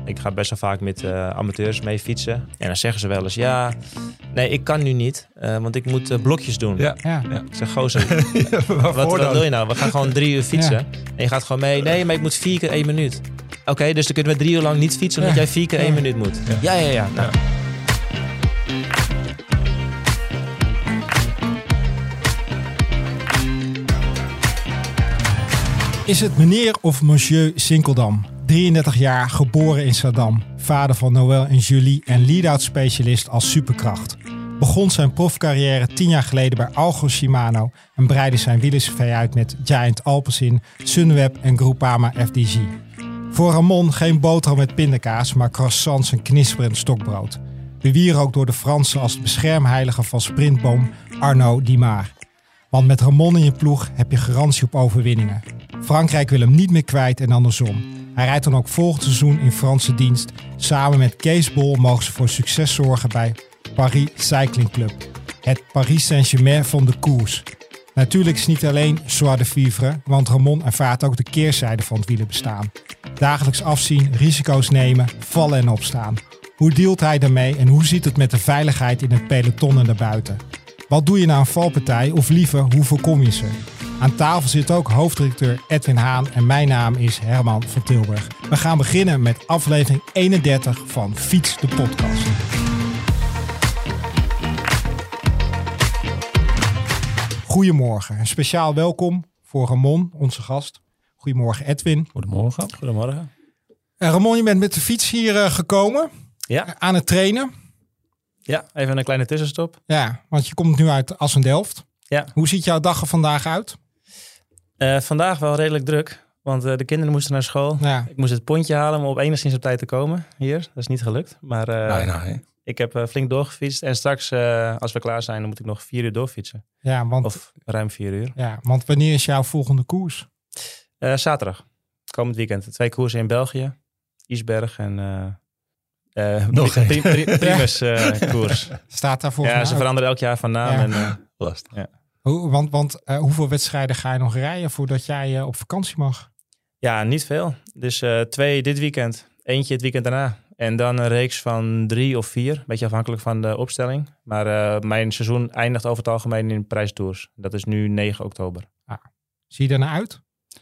Ik ga best wel vaak met amateurs mee fietsen. En dan zeggen ze wel eens, nee, ik kan nu niet, want ik moet blokjes doen. Ja. Ik zeg, gozer, wat wil je nou? We gaan gewoon 3 uur fietsen. Ja. En je gaat gewoon mee, nee, maar ik moet 4 keer 1 minuut. Oké, dus dan kunnen we 3 uur lang niet fietsen, omdat jij 4 keer 1 minuut moet. Ja. Nou. Is het meneer of monsieur Sinkeldam? 33 jaar, geboren in Saddam. Vader van Noël en Julie en lead-out specialist als superkracht. Begon zijn profcarrière 10 jaar geleden bij Algo Shimano en breidde zijn wielercv uit met Giant Alpecin, Sunweb en Groupama FDG. Voor Ramon geen boterham met pindakaas, maar croissants en knisperend stokbrood. Bewierookt door de Fransen als de beschermheilige van sprintboom Arnaud Dimar. Want met Ramon in je ploeg heb je garantie op overwinningen. Frankrijk wil hem niet meer kwijt en andersom. Hij rijdt dan ook volgend seizoen in Franse dienst. Samen met Kees Bol mogen ze voor succes zorgen bij Paris Cycling Club. Het Paris Saint-Germain van de koers. Natuurlijk is het niet alleen joie de vivre, want Ramon ervaart ook de keerzijde van het wielerbestaan. Dagelijks afzien, risico's nemen, vallen en opstaan. Hoe dealt hij daarmee en hoe zit het met de veiligheid in het peloton en daarbuiten? Wat doe je na een valpartij of liever, hoe voorkom je ze? Aan tafel zit ook hoofddirecteur Edwin Haan en mijn naam is Herman van Tilburg. We gaan beginnen met aflevering 31 van Fiets de podcast. Goedemorgen, een speciaal welkom voor Ramon, onze gast. Goedemorgen Edwin. Goedemorgen. Ramon, je bent met de fiets hier gekomen, aan het trainen. Ja, even een kleine tussenstop. Ja, want je komt nu uit Assen-Delft. Ja. Hoe ziet jouw dag er vandaag uit? Vandaag wel redelijk druk, want de kinderen moesten naar school. Ja. Ik moest het pontje halen om enigszins op tijd te komen hier. Dat is niet gelukt, maar ik heb flink doorgefietst. En straks, als we klaar zijn, dan moet ik nog 4 uur doorfietsen. Ja, want, of ruim 4 uur. Ja, want wanneer is jouw volgende koers? Zaterdag, komend weekend. 2 koersen in België, Isberg en... Primus koers. Staat daar volgens mij ze veranderen elk jaar van naam. Ja. En, lastig. Ja. Want hoeveel wedstrijden ga je nog rijden voordat jij op vakantie mag? Ja, niet veel. Dus 2 dit weekend, eentje het weekend daarna. En dan een reeks van 3 of 4, beetje afhankelijk van de opstelling. Maar mijn seizoen eindigt over het algemeen in Prijstours. Dat is nu 9 oktober. Zie je er naar uit?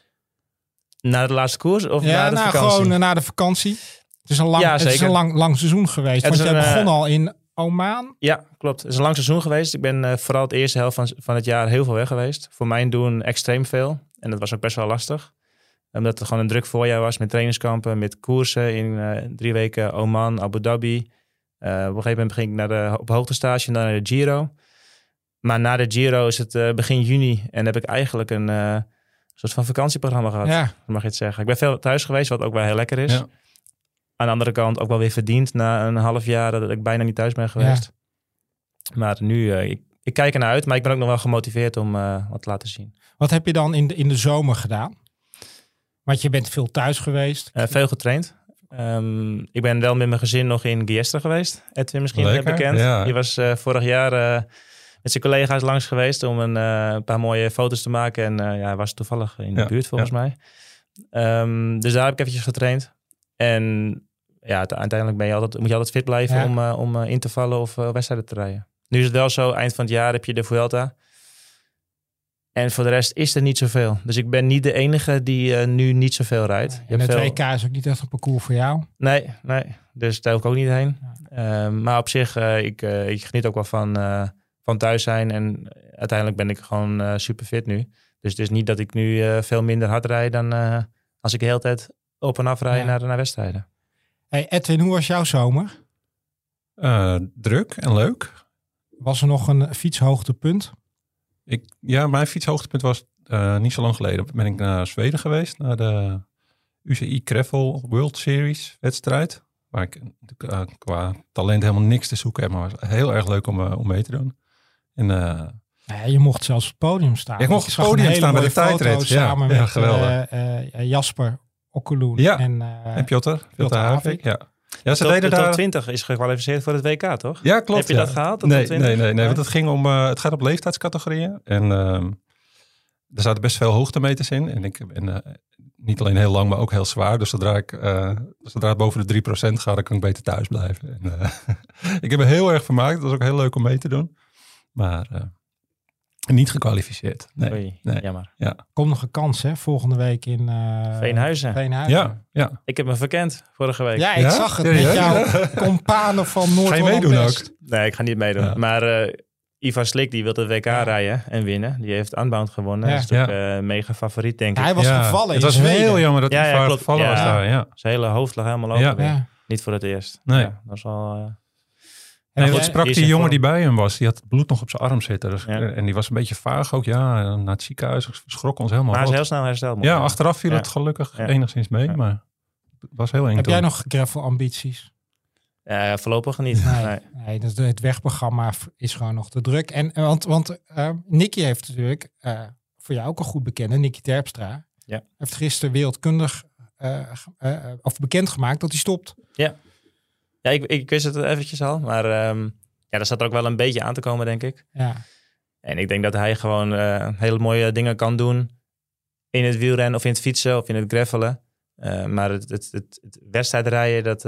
Na de laatste koers of na de vakantie? Gewoon na de vakantie. Het is een lang seizoen geweest. Want jij begon al in Oman. Ja, klopt. Het is een lang seizoen geweest. Ik ben vooral de eerste helft van het jaar heel veel weg geweest. Voor mijn doen extreem veel. En dat was ook best wel lastig. Omdat het gewoon een druk voorjaar was met trainingskampen, met koersen in 3 weken Oman, Abu Dhabi. Op een gegeven moment begin ik op hoogtestage en dan naar de Giro. Maar na de Giro is het begin juni en heb ik eigenlijk een soort van vakantieprogramma gehad. Ja. Mag je het zeggen. Ik ben veel thuis geweest, wat ook wel heel lekker is. Ja. Aan de andere kant ook wel weer verdiend na een half jaar dat ik bijna niet thuis ben geweest. Ja. Maar nu, ik kijk ernaar uit, maar ik ben ook nog wel gemotiveerd om wat te laten zien. Wat heb je dan in de zomer gedaan? Want je bent veel thuis geweest. Veel getraind. Ik ben wel met mijn gezin nog in Giestra geweest. Edwin misschien bekend. Ja. Die was vorig jaar met zijn collega's langs geweest om een paar mooie foto's te maken. En hij was toevallig in de buurt volgens mij. Dus daar heb ik eventjes getraind. En uiteindelijk moet je altijd fit blijven om in te vallen of wedstrijden te rijden. Nu is het wel zo, eind van het jaar heb je de Vuelta. En voor de rest is er niet zoveel. Dus ik ben niet de enige die nu niet zoveel rijdt. En het WK is ook niet echt een parcours voor jou? Nee. Dus daar hoef ik ook niet heen. Ja. Maar op zich, ik geniet ook wel van thuis zijn. En uiteindelijk ben ik gewoon super fit nu. Dus het is niet dat ik nu veel minder hard rijd dan als ik de hele tijd op en af rij naar wedstrijden. Hey Edwin, hoe was jouw zomer? Druk en leuk. Was er nog een fietshoogtepunt? Mijn fietshoogtepunt was niet zo lang geleden. Ben ik naar Zweden geweest, naar de UCI Gravel World Series wedstrijd. Waar ik qua talent helemaal niks te zoeken heb, maar het was heel erg leuk om mee te doen. En, je mocht zelfs op het podium staan. Ik mocht op het podium staan bij de tijdrit. Samen met Jasper Okkeloen en Piotr Havik. Ja, ze deden daar... 20 is gekwalificeerd voor het WK, toch? Ja, klopt. Heb je dat gehaald? Nee, want het ging om... het gaat op leeftijdscategorieën. En er zaten best veel hoogtemeters in. En ik ben niet alleen heel lang, maar ook heel zwaar. Dus zodra het boven de 3% gaat, dan kan ik beter thuis blijven. En, ik heb me heel erg vermaakt. Het was ook heel leuk om mee te doen. Maar niet gekwalificeerd. Nee. Jammer. Ja. Komt nog een kans, hè? Volgende week in Veenhuizen. Ja. Ik heb me verkend vorige week. Ja, ik zag het met jouw companen van Noord-Holland. Ga je meedoen West. ook? Nee, ik ga niet meedoen. Ja. Maar Ivar Slik, die wil het WK rijden en winnen. Die heeft Unbound gewonnen. Ja. Dat is natuurlijk mega favoriet, denk ik. Hij was gevallen Het in was Zweden. heel jammer dat hij klopt. gevallen was daar. Ja. Zijn hele hoofd lag helemaal open. Ja. weer. Ja. Niet voor het eerst. Nee. Ja, dat was wel... En Nee, wat jij- sprak is die in jongen vorm. die bij hem was, die had het bloed nog op zijn arm zitten. Dus, Ja. En die was een beetje vaag ook. Ja, en naar het ziekenhuis schrokken ons helemaal Maar hij is rot. heel snel hersteld. Ja, achteraf viel Ja. het gelukkig Ja. enigszins mee, Ja. maar het was heel eng Heb toen. jij nog gravel-ambities? Voorlopig niet. Nee. Dus het wegprogramma is gewoon nog te druk. En want Nicky heeft natuurlijk, voor jou ook al goed bekende, Nicky Terpstra, heeft gisteren wereldkundig of bekendgemaakt dat hij stopt. Ja, ik wist het eventjes al. Maar dat zat er ook wel een beetje aan te komen, denk ik. Ja. En ik denk dat hij gewoon hele mooie dingen kan doen in het wielrennen of in het fietsen of in het gravelen. Maar het wedstrijdrijden, dat...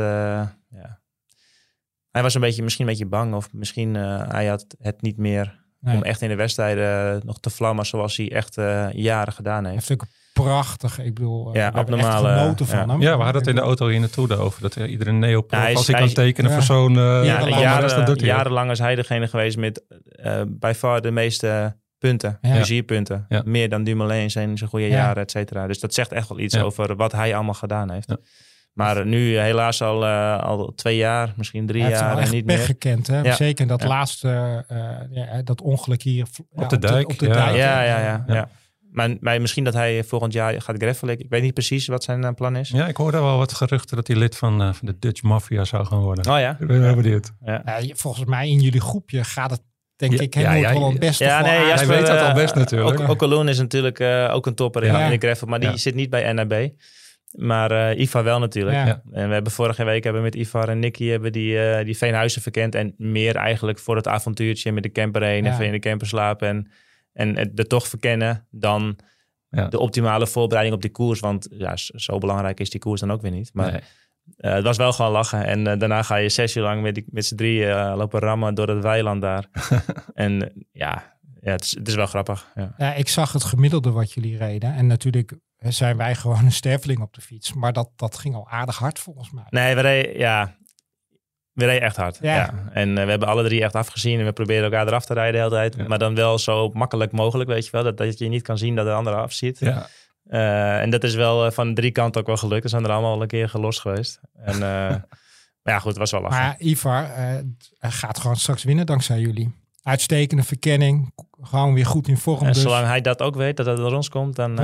Hij was misschien een beetje bang of misschien hij had het niet meer om echt in de wedstrijden nog te vlammen zoals hij echt jaren gedaan Hij heeft. heeft ook prachtig, ik bedoel, we hebben echt abnormale, genoten van hem. Ja, we hadden het in de auto hier naartoe over dat iedereen neoprof, als hij kan tekenen ja. voor zo'n... Jarenlang is hij degene geweest met by far de meeste punten, plezierpunten. Ja. Meer dan Dumoulin in zijn goede jaren, et cetera. Dus dat zegt echt wel iets over wat hij allemaal gedaan heeft. Ja. Maar nu helaas al 2 jaar, misschien 3 Hij heeft jaar wel echt niet pech meer. gekend. Hè? Ja. Zeker dat laatste, dat ongeluk hier Op de dijk. Op de dijk. Ja. Maar misschien dat hij volgend jaar gaat gravelen. Ik weet niet precies wat zijn plan is. Ja, ik hoorde wel wat geruchten dat hij lid van de Dutch Mafia zou gaan worden. Oh ja? Ik ben heel benieuwd. Volgens mij in jullie groepje gaat het, denk ik, ja, Noord-Holland best toch wel aardig. Hij weet dat al best natuurlijk. Okaloen is natuurlijk ook een topper in de gravel. Maar die zit niet bij NAB. Maar Ivar wel natuurlijk. Ja. En we hebben vorige week met Ivar en Nicky die Veenhuizen verkend. En meer eigenlijk voor het avontuurtje met de camper heen. Even in de camper slapen. En de toch verkennen dan de optimale voorbereiding op die koers. Want zo belangrijk is die koers dan ook weer niet. Maar het was wel gewoon lachen. En daarna ga je 6 uur lang met z'n drie lopen rammen door het weiland daar. En het is wel grappig. Ja. Ja, ik zag het gemiddelde wat jullie reden. En natuurlijk zijn wij gewoon een sterveling op de fiets. Maar dat ging al aardig hard volgens mij. Nee, we reden echt hard. Ja. En we hebben alle 3 echt afgezien. En we proberen elkaar eraf te rijden de hele tijd. Ja. Maar dan wel zo makkelijk mogelijk, weet je wel. Dat je niet kan zien dat de andere afziet. Ja. En dat is wel van 3 kanten ook wel gelukt. We zijn er allemaal al een keer gelost geweest. En, maar goed, het was wel lachen. Maar Ivar gaat gewoon straks winnen dankzij jullie. Uitstekende verkenning. Gewoon weer goed in vorm. En zolang hij dat ook weet, dat het door ons komt, dan...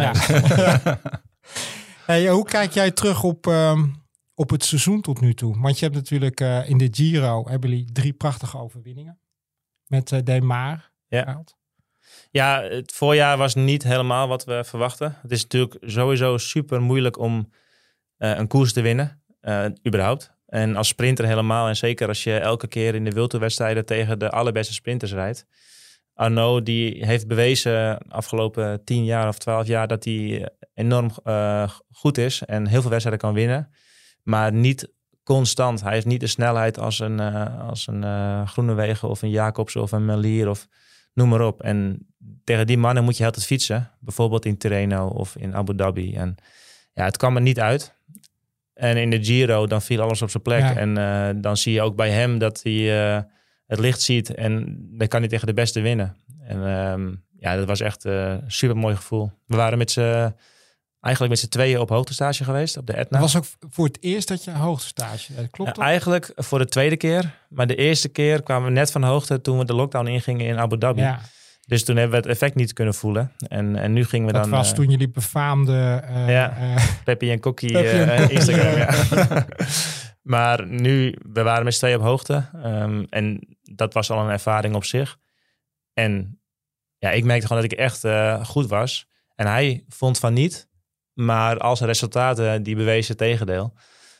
Hey, hoe kijk jij terug op het seizoen tot nu toe? Want je hebt natuurlijk in de Giro hebben jullie 3 prachtige overwinningen. Met Demar. Ja, het voorjaar was niet helemaal wat we verwachten. Het is natuurlijk sowieso super moeilijk om een koers te winnen. Überhaupt. En als sprinter helemaal. En zeker als je elke keer in de wildtoerwedstrijden tegen de allerbeste sprinters rijdt. Arnaud die heeft bewezen afgelopen 10 jaar of 12 jaar dat hij enorm goed is. En heel veel wedstrijden kan winnen. Maar niet constant. Hij heeft niet de snelheid als een Groenewegen of een Jacobsen of een Melier of noem maar op. En tegen die mannen moet je altijd fietsen. Bijvoorbeeld in Tirreno of in Abu Dhabi. En het kwam er niet uit. En in de Giro, dan viel alles op zijn plek. Ja. En dan zie je ook bij hem dat hij het licht ziet. En dan kan hij tegen de beste winnen. En dat was echt een super mooi gevoel. We waren met z'n tweeën op hoogtestage geweest, op de Etna. Dat was ook voor het eerst dat je hoogtestage, dat klopt toch? Eigenlijk voor de 2e keer. Maar de eerste keer kwamen we net van hoogte toen we de lockdown ingingen in Abu Dhabi. Ja. Dus toen hebben we het effect niet kunnen voelen. En nu gingen we dat dan... Dat was toen jullie befaamde... Peppy en Kokkie Instagram. Ja. Maar nu, we waren met z'n tweeën op hoogte. En dat was al een ervaring op zich. En ik merkte gewoon dat ik echt goed was. En hij vond van niet. Maar als resultaten die bewezen het tegendeel.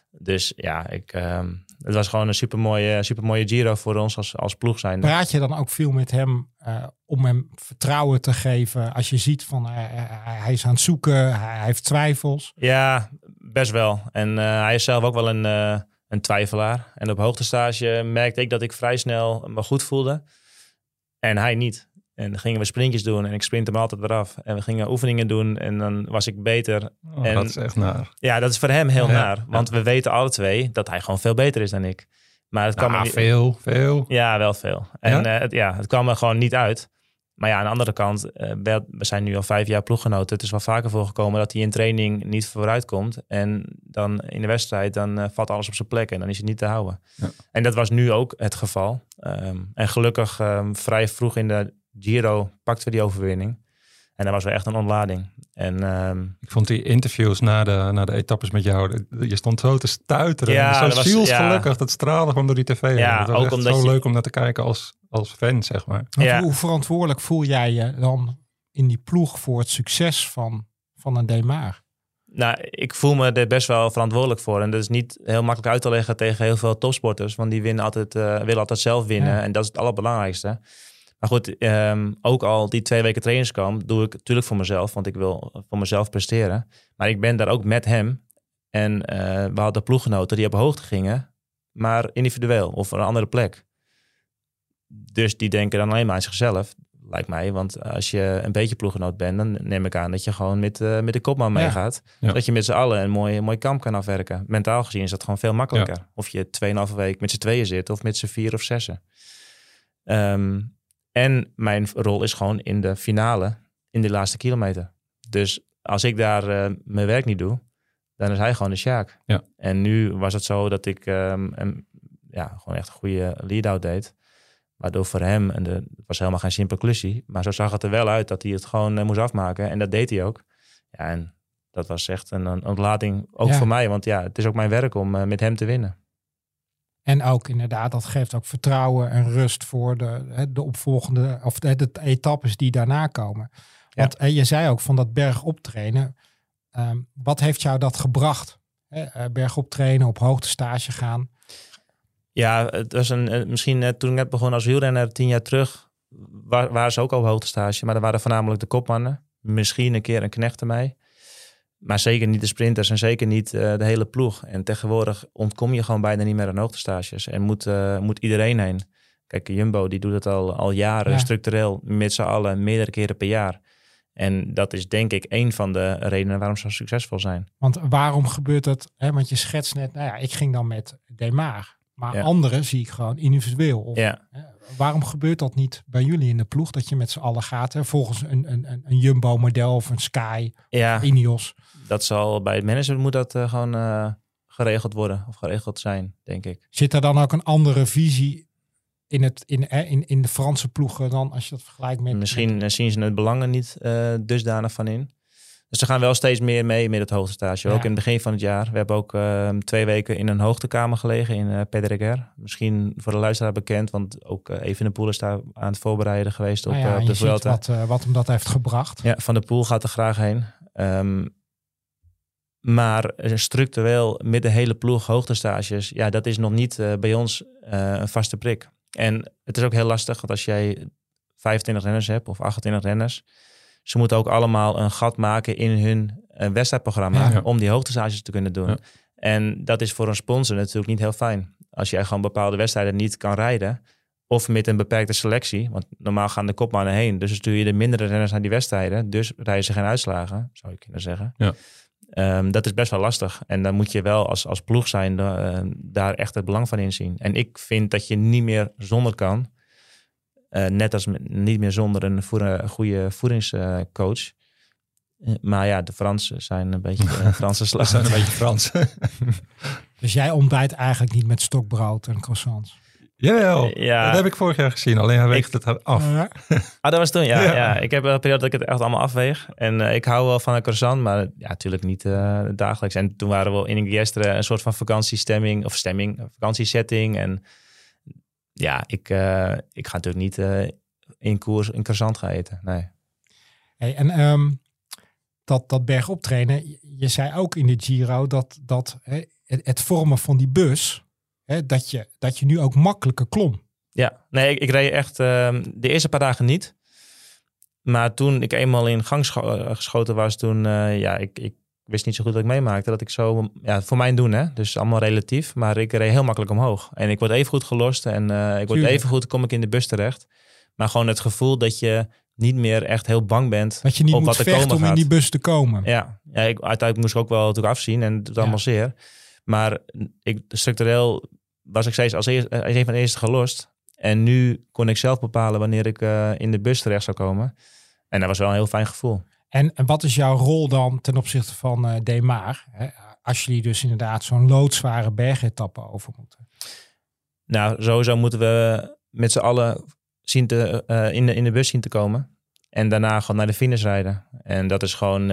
Dus ja, het was gewoon een supermooie Giro voor ons als ploeg zijn. Praat je dan ook veel met hem om hem vertrouwen te geven als je ziet van hij is aan het zoeken, hij heeft twijfels? Ja, best wel. En hij is zelf ook wel een twijfelaar. En op hoogtestage merkte ik dat ik vrij snel me goed voelde. En hij niet. En dan gingen we sprintjes doen en ik sprintte hem altijd eraf. En we gingen oefeningen doen en dan was ik beter. En dat is echt naar. Ja, dat is voor hem heel naar. Want we weten alle twee dat hij gewoon veel beter is dan ik. Maar het kwam veel. Ja, wel veel. En het kwam er gewoon niet uit. Maar ja, aan de andere kant, we zijn nu al 5 jaar ploeggenoten. Het is wel vaker voorgekomen dat hij in training niet vooruit komt. En dan in de wedstrijd, dan valt alles op zijn plek en dan is het niet te houden. Ja. En dat was nu ook het geval. En gelukkig vrij vroeg in de Giro pakten we die overwinning. En dat was wel echt een ontlading. En, ik vond die interviews na de etappes met jou, je stond zo te stuiteren. Ja, zo zielsgelukkig, dat straalde gewoon door die tv. Ja, dat was ook echt omdat zo leuk om naar te kijken als fan, zeg maar. Ja. Hoe verantwoordelijk voel jij je dan in die ploeg voor het succes van een Démare? Nou, ik voel me er best wel verantwoordelijk voor. En dat is niet heel makkelijk uit te leggen tegen heel veel topsporters. Want die willen altijd zelf winnen. Ja. En dat is het allerbelangrijkste. Maar goed, ook al die 2 weken trainingskamp doe ik natuurlijk voor mezelf. Want ik wil voor mezelf presteren. Maar ik ben daar ook met hem. En we hadden ploeggenoten die op hoogte gingen. Maar individueel of een andere plek. Dus die denken dan alleen maar aan zichzelf, lijkt mij. Want als je een beetje ploeggenoot bent, dan neem ik aan dat je gewoon met de kopman meegaat. Ja. Zodat je met z'n allen een mooi kamp kan afwerken. Mentaal gezien is dat gewoon veel makkelijker. Ja. Of je 2,5 week met z'n 2 zit of met z'n 4 of 6. En mijn rol is gewoon in de finale, in de laatste kilometer. Dus als ik daar mijn werk niet doe, dan is hij gewoon de Sjaak. Ja. En nu was het zo dat ik gewoon echt een goede lead-out deed. Waardoor voor hem, en het was helemaal geen simpele klusje, maar zo zag het er wel uit dat hij het gewoon moest afmaken. En dat deed hij ook. Ja, en dat was echt een ontlading ook voor mij. Want ja, het is ook mijn werk om met hem te winnen. En ook inderdaad, dat geeft ook vertrouwen en rust voor de opvolgende, of de etappes die daarna komen. Want je zei ook van dat bergop trainen. Wat heeft jou dat gebracht? Bergop trainen, op hoogtestage gaan. Ja, het was misschien toen ik net begon als wielrenner 10 jaar terug, waren ze ook al op hoogtestage. Maar er waren voornamelijk de kopmannen. Misschien een keer een knecht erbij. Maar zeker niet de sprinters en zeker niet de hele ploeg. En tegenwoordig ontkom je gewoon bijna niet meer aan hoogtestages. En moet iedereen heen. Kijk, Jumbo die doet het al jaren structureel met z'n allen meerdere keren per jaar. En dat is denk ik een van de redenen waarom ze zo succesvol zijn. Want waarom gebeurt dat? Want je schetst net, ik ging dan met Démare. Maar anderen zie ik gewoon individueel. Of, waarom gebeurt dat niet bij jullie in de ploeg? Dat je met z'n allen gaat. Volgens een Jumbo-model of een Sky, Ineos. Dat zal bij het management moet dat gewoon geregeld worden. Of geregeld zijn, denk ik. Zit er dan ook een andere visie in de Franse ploegen dan als je dat vergelijkt met... Misschien zien ze het belangen niet dusdanig van in. Dus ze gaan wel steeds meer mee met het hoogtestage. Ja. Ook in het begin van het jaar. We hebben ook 2 weken in een hoogtekamer gelegen in Pedreguer. Misschien voor de luisteraar bekend, want ook Evenepoel is daar aan het voorbereiden geweest op de Vuelta. Wat hem dat heeft gebracht. Ja, Van der Poel gaat er graag heen. Maar structureel met de hele ploeg hoogtestages, dat is nog niet bij ons een vaste prik. En het is ook heel lastig, want als jij 25 renners hebt of 28 renners, ze moeten ook allemaal een gat maken in hun wedstrijdprogramma om die hoogtestages te kunnen doen. Ja. En dat is voor een sponsor natuurlijk niet heel fijn. Als jij gewoon bepaalde wedstrijden niet kan rijden of met een beperkte selectie, want normaal gaan de kopmannen heen, dus stuur je de mindere renners naar die wedstrijden, dus rijden ze geen uitslagen, zou je kunnen zeggen. Ja. Dat is best wel lastig. En dan moet je wel als ploeg zijn daar echt het belang van inzien. En ik vind dat je niet meer zonder kan. Net als niet meer zonder een goede voedingscoach. Maar de Fransen zijn een beetje Franse slag. zijn een beetje Frans. Dus jij ontbijt eigenlijk niet met stokbrood en croissants? Jawel, dat heb ik vorig jaar gezien. Alleen hij weegt het af. Dat was toen, ja. Ik heb een periode dat ik het echt allemaal afweeg. En ik hou wel van een croissant, maar natuurlijk niet dagelijks. En toen waren we in Giestre een soort van vakantiesetting. En ik ga natuurlijk niet in koers een croissant gaan eten. Nee. Hey, en dat bergop trainen, je zei ook in de Giro dat het vormen van die bus, hè, dat je nu ook makkelijker klom. Ja, nee, ik reed echt de eerste paar dagen niet. Maar toen ik eenmaal in gang geschoten was, toen, ik wist niet zo goed wat ik meemaakte. Dat ik zo, voor mijn doen, hè. Dus allemaal relatief. Maar ik reed heel makkelijk omhoog. En ik word even goed gelost. En ik word even goed, kom ik in de bus terecht. Maar gewoon het gevoel dat je niet meer echt heel bang bent. Dat je niet op moet wat er vechten komen om gaat. in die bus te komen. Ja, uiteindelijk moest ik ook wel natuurlijk afzien. En het doet allemaal zeer. Maar structureel was ik steeds als een van de eerste gelost. En nu kon ik zelf bepalen wanneer ik in de bus terecht zou komen. En dat was wel een heel fijn gevoel. En wat is jouw rol dan ten opzichte van Demar? Als jullie dus inderdaad zo'n loodzware bergetappe over moeten. Nou, sowieso moeten we met z'n allen in de bus zien te komen. En daarna gewoon naar de finish rijden. En dat is gewoon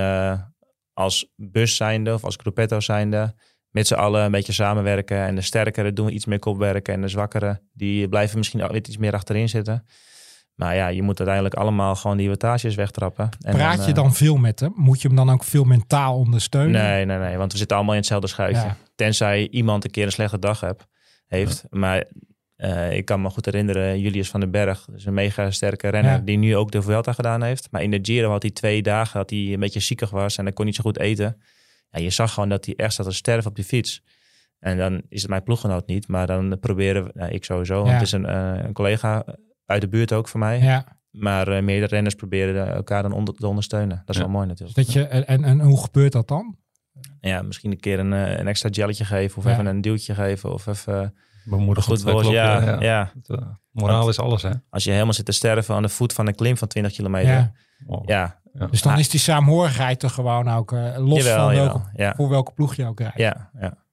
als bus zijnde of als gruppetto zijnde. Met z'n allen een beetje samenwerken. En de sterkere doen we iets meer kopwerken. En de zwakkere, die blijven misschien iets meer achterin zitten. Maar ja, je moet uiteindelijk allemaal gewoon die wattages wegtrappen. En Praat je dan veel met hem? Moet je hem dan ook veel mentaal ondersteunen? Nee. Want we zitten allemaal in hetzelfde schuitje. Ja. Tenzij iemand een keer een slechte dag heeft. Ja. Maar ik kan me goed herinneren, Julius van den Berg. Dus een mega sterke renner die nu ook de Vuelta gedaan heeft. Maar in de Giro had hij 2 dagen dat hij een beetje ziekig was. En dan kon niet zo goed eten. Ja, je zag gewoon dat hij echt zat te sterven op die fiets. En dan is het mijn ploeggenoot niet. Maar dan proberen we, ik sowieso. Want het is een collega uit de buurt ook voor mij. Ja. Maar meerdere renners proberen elkaar dan te ondersteunen. Dat is wel mooi natuurlijk. Dat en hoe gebeurt dat dan? Ja, misschien een keer een extra gelletje geven. Of even een duwtje geven. Of even bemoedigend. Goed woord. Ja. Moraal is alles, hè? Als je helemaal zit te sterven aan de voet van een klim van 20 kilometer. Ja. Dus dan is die saamhorigheid er gewoon ook los van voor welke ploeg je ook rijdt. Ja.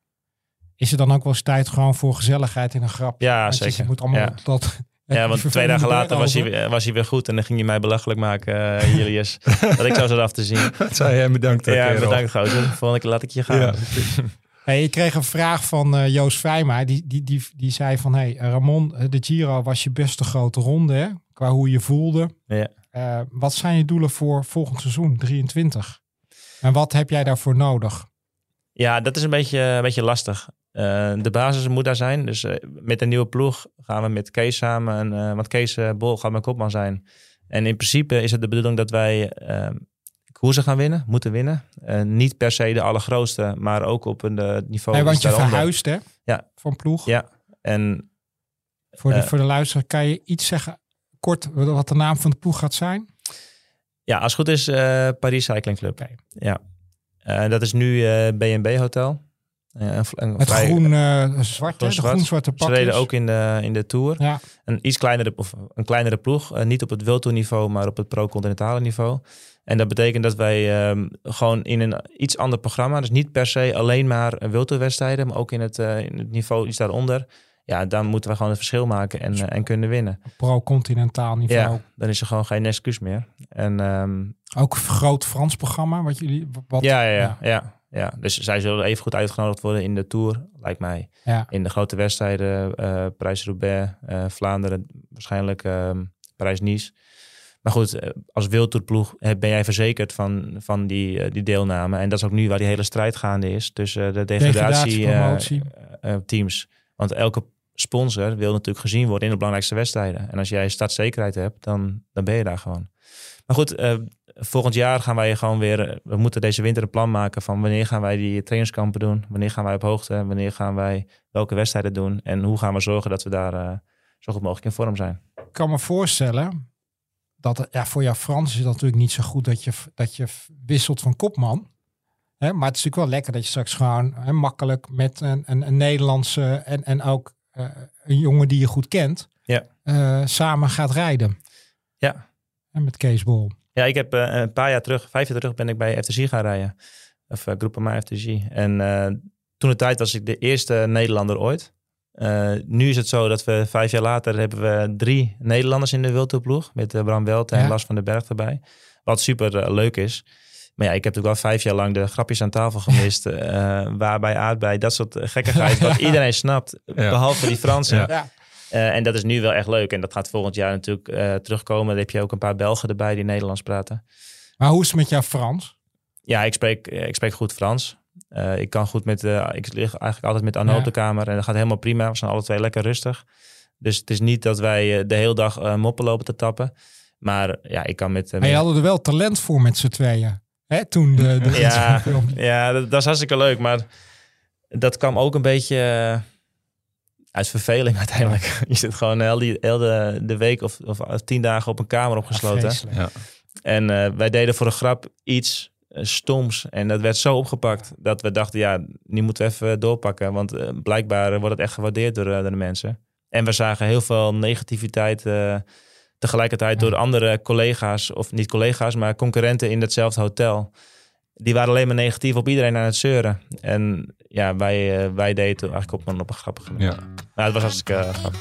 Is er dan ook wel eens tijd gewoon voor gezelligheid in een grap? Ja, zeker. Je moet allemaal want 2 dagen later was hij weer goed. En dan ging je mij belachelijk maken, Julius. Dat ik zo zat af te zien. Zei hij bedankt. Ja, bedankt gozer. Volgende keer laat ik je gaan. Ja. Hey, ik kreeg een vraag van Joost Vijma. Die zei van, Ramon, de Giro was je beste grote ronde, hè? Qua hoe je voelde. Ja. Wat zijn je doelen voor volgend seizoen, 23? En wat heb jij daarvoor nodig? Ja, dat is een beetje lastig. De basis moet daar zijn. Dus met een nieuwe ploeg gaan we met Kees samen. Want Kees Bol gaat mijn kopman zijn. En in principe is het de bedoeling dat wij koersen gaan moeten winnen. Niet per se de allergrootste, maar ook op een niveau. Nee, want je verhuist, hè? Ja. Van ploeg. Ja. En voor de luisteraar, kan je iets zeggen, kort, wat de naam van de ploeg gaat zijn? Ja, als het goed is Paris Cycling Club. Okay. Ja. Dat is nu B&B Hotel. Het groen-zwart, de groen-zwarte pakjes. Ze reden ook in de Tour. Ja. Een kleinere ploeg. Niet op het World Tour niveau, maar op het pro-continentale niveau. En dat betekent dat wij gewoon in een iets ander programma, dus niet per se alleen maar World Tour wedstrijden, maar ook in het niveau iets daaronder. Ja, dan moeten we gewoon het verschil maken en kunnen winnen. Pro-continentaal niveau. Ja, dan is er gewoon geen excuus meer. En, ook een groot Frans programma, wat jullie... Ja, dus zij zullen even goed uitgenodigd worden in de Tour, lijkt mij. Ja. In de grote wedstrijden, Parijs-Roubaix, Vlaanderen, waarschijnlijk Parijs-Nice. Maar goed, als wildtoerploeg ben jij verzekerd van die deelname. En dat is ook nu waar die hele strijd gaande is tussen de degradatieteams. Want elke sponsor wil natuurlijk gezien worden in de belangrijkste wedstrijden. En als jij startzekerheid hebt, dan ben je daar gewoon. Maar goed, volgend jaar gaan wij gewoon weer... We moeten deze winter een plan maken van wanneer gaan wij die trainingskampen doen? Wanneer gaan wij op hoogte? Wanneer gaan wij welke wedstrijden doen? En hoe gaan we zorgen dat we daar zo goed mogelijk in vorm zijn? Ik kan me voorstellen dat voor jou Frans is het natuurlijk niet zo goed dat je wisselt van kopman. Hè? Maar het is natuurlijk wel lekker dat je straks gewoon makkelijk met een Nederlandse en ook een jongen die je goed kent, samen gaat rijden. Ja. En met Kees Bol. Ja, ik heb 5 jaar terug ben ik bij FTG gaan rijden. Of Groupama FTG. En toen de tijd was ik de eerste Nederlander ooit. Nu is het zo dat we 5 jaar later hebben we 3 Nederlanders in de wildtoerploeg. Met Bram Welte en Lars van den Berg erbij. Wat super leuk is. Maar ja, ik heb natuurlijk wel 5 jaar lang de grapjes aan tafel gemist. Waarbij, aardbei, dat soort gekkigheid. Wat iedereen snapt, behalve die Fransen. Ja. En dat is nu wel echt leuk. En dat gaat volgend jaar natuurlijk terugkomen. Dan heb je ook een paar Belgen erbij die Nederlands praten. Maar hoe is het met jou Frans? Ja, ik spreek goed Frans. Ik kan goed ik lig eigenlijk altijd met Arno op de kamer. En dat gaat helemaal prima. We zijn alle twee lekker rustig. Dus het is niet dat wij de hele dag moppen lopen te tappen. Maar ja, ik kan met... Maar je hadden er wel talent voor met z'n tweeën. Hè, toen de film. Ja, dat is hartstikke leuk. Maar dat kwam ook een beetje uit verveling uiteindelijk. Je zit gewoon heel de week of 10 dagen op een kamer opgesloten. Ja. En wij deden voor een grap iets stoms. En dat werd zo opgepakt dat we dachten, ja, nu moeten we even doorpakken. Want blijkbaar wordt het echt gewaardeerd door de mensen. En we zagen heel veel negativiteit tegelijkertijd door andere collega's, of niet collega's, maar concurrenten in hetzelfde hotel. Die waren alleen maar negatief op iedereen aan het zeuren. En ja, wij deden toen eigenlijk op een grappige manier. Ja. Maar het was hartstikke grappig.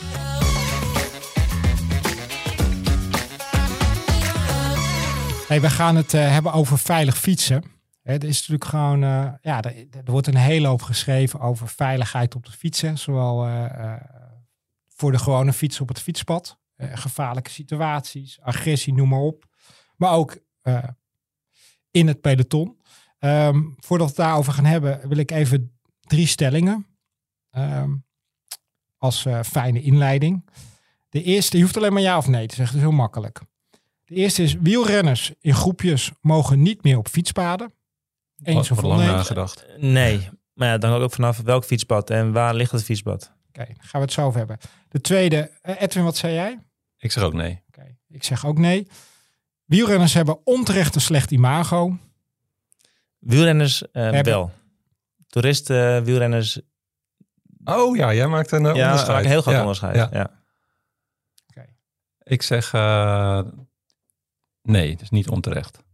Hey, we gaan het hebben over veilig fietsen. Er is natuurlijk gewoon, er wordt een hele hoop geschreven over veiligheid op de fietsen. Zowel voor de gewone fiets op het fietspad. Gevaarlijke situaties, agressie, noem maar op. Maar ook in het peloton. Voordat we het daarover gaan hebben, wil ik even 3 stellingen. Als fijne inleiding. De eerste, je hoeft alleen maar ja of nee te zeggen. Dat is heel makkelijk. De eerste is, wielrenners in groepjes mogen niet meer op fietspaden. Eens of lang oneens? nagedacht. Nee, maar ja, dan hangt ook vanaf welk fietspad en waar ligt het fietspad. Oké, dan gaan we het zo over hebben. De tweede, Edwin, wat zei jij? Ik zeg ook nee. Oké, ik zeg ook nee. Wielrenners hebben onterecht een slecht imago. Wielrenners wel. Toeristen, wielrenners... Oh ja, jij maakt een onderscheid. Een heel groot onderscheid. Ja. Okay. Ik zeg nee, dus niet onterecht.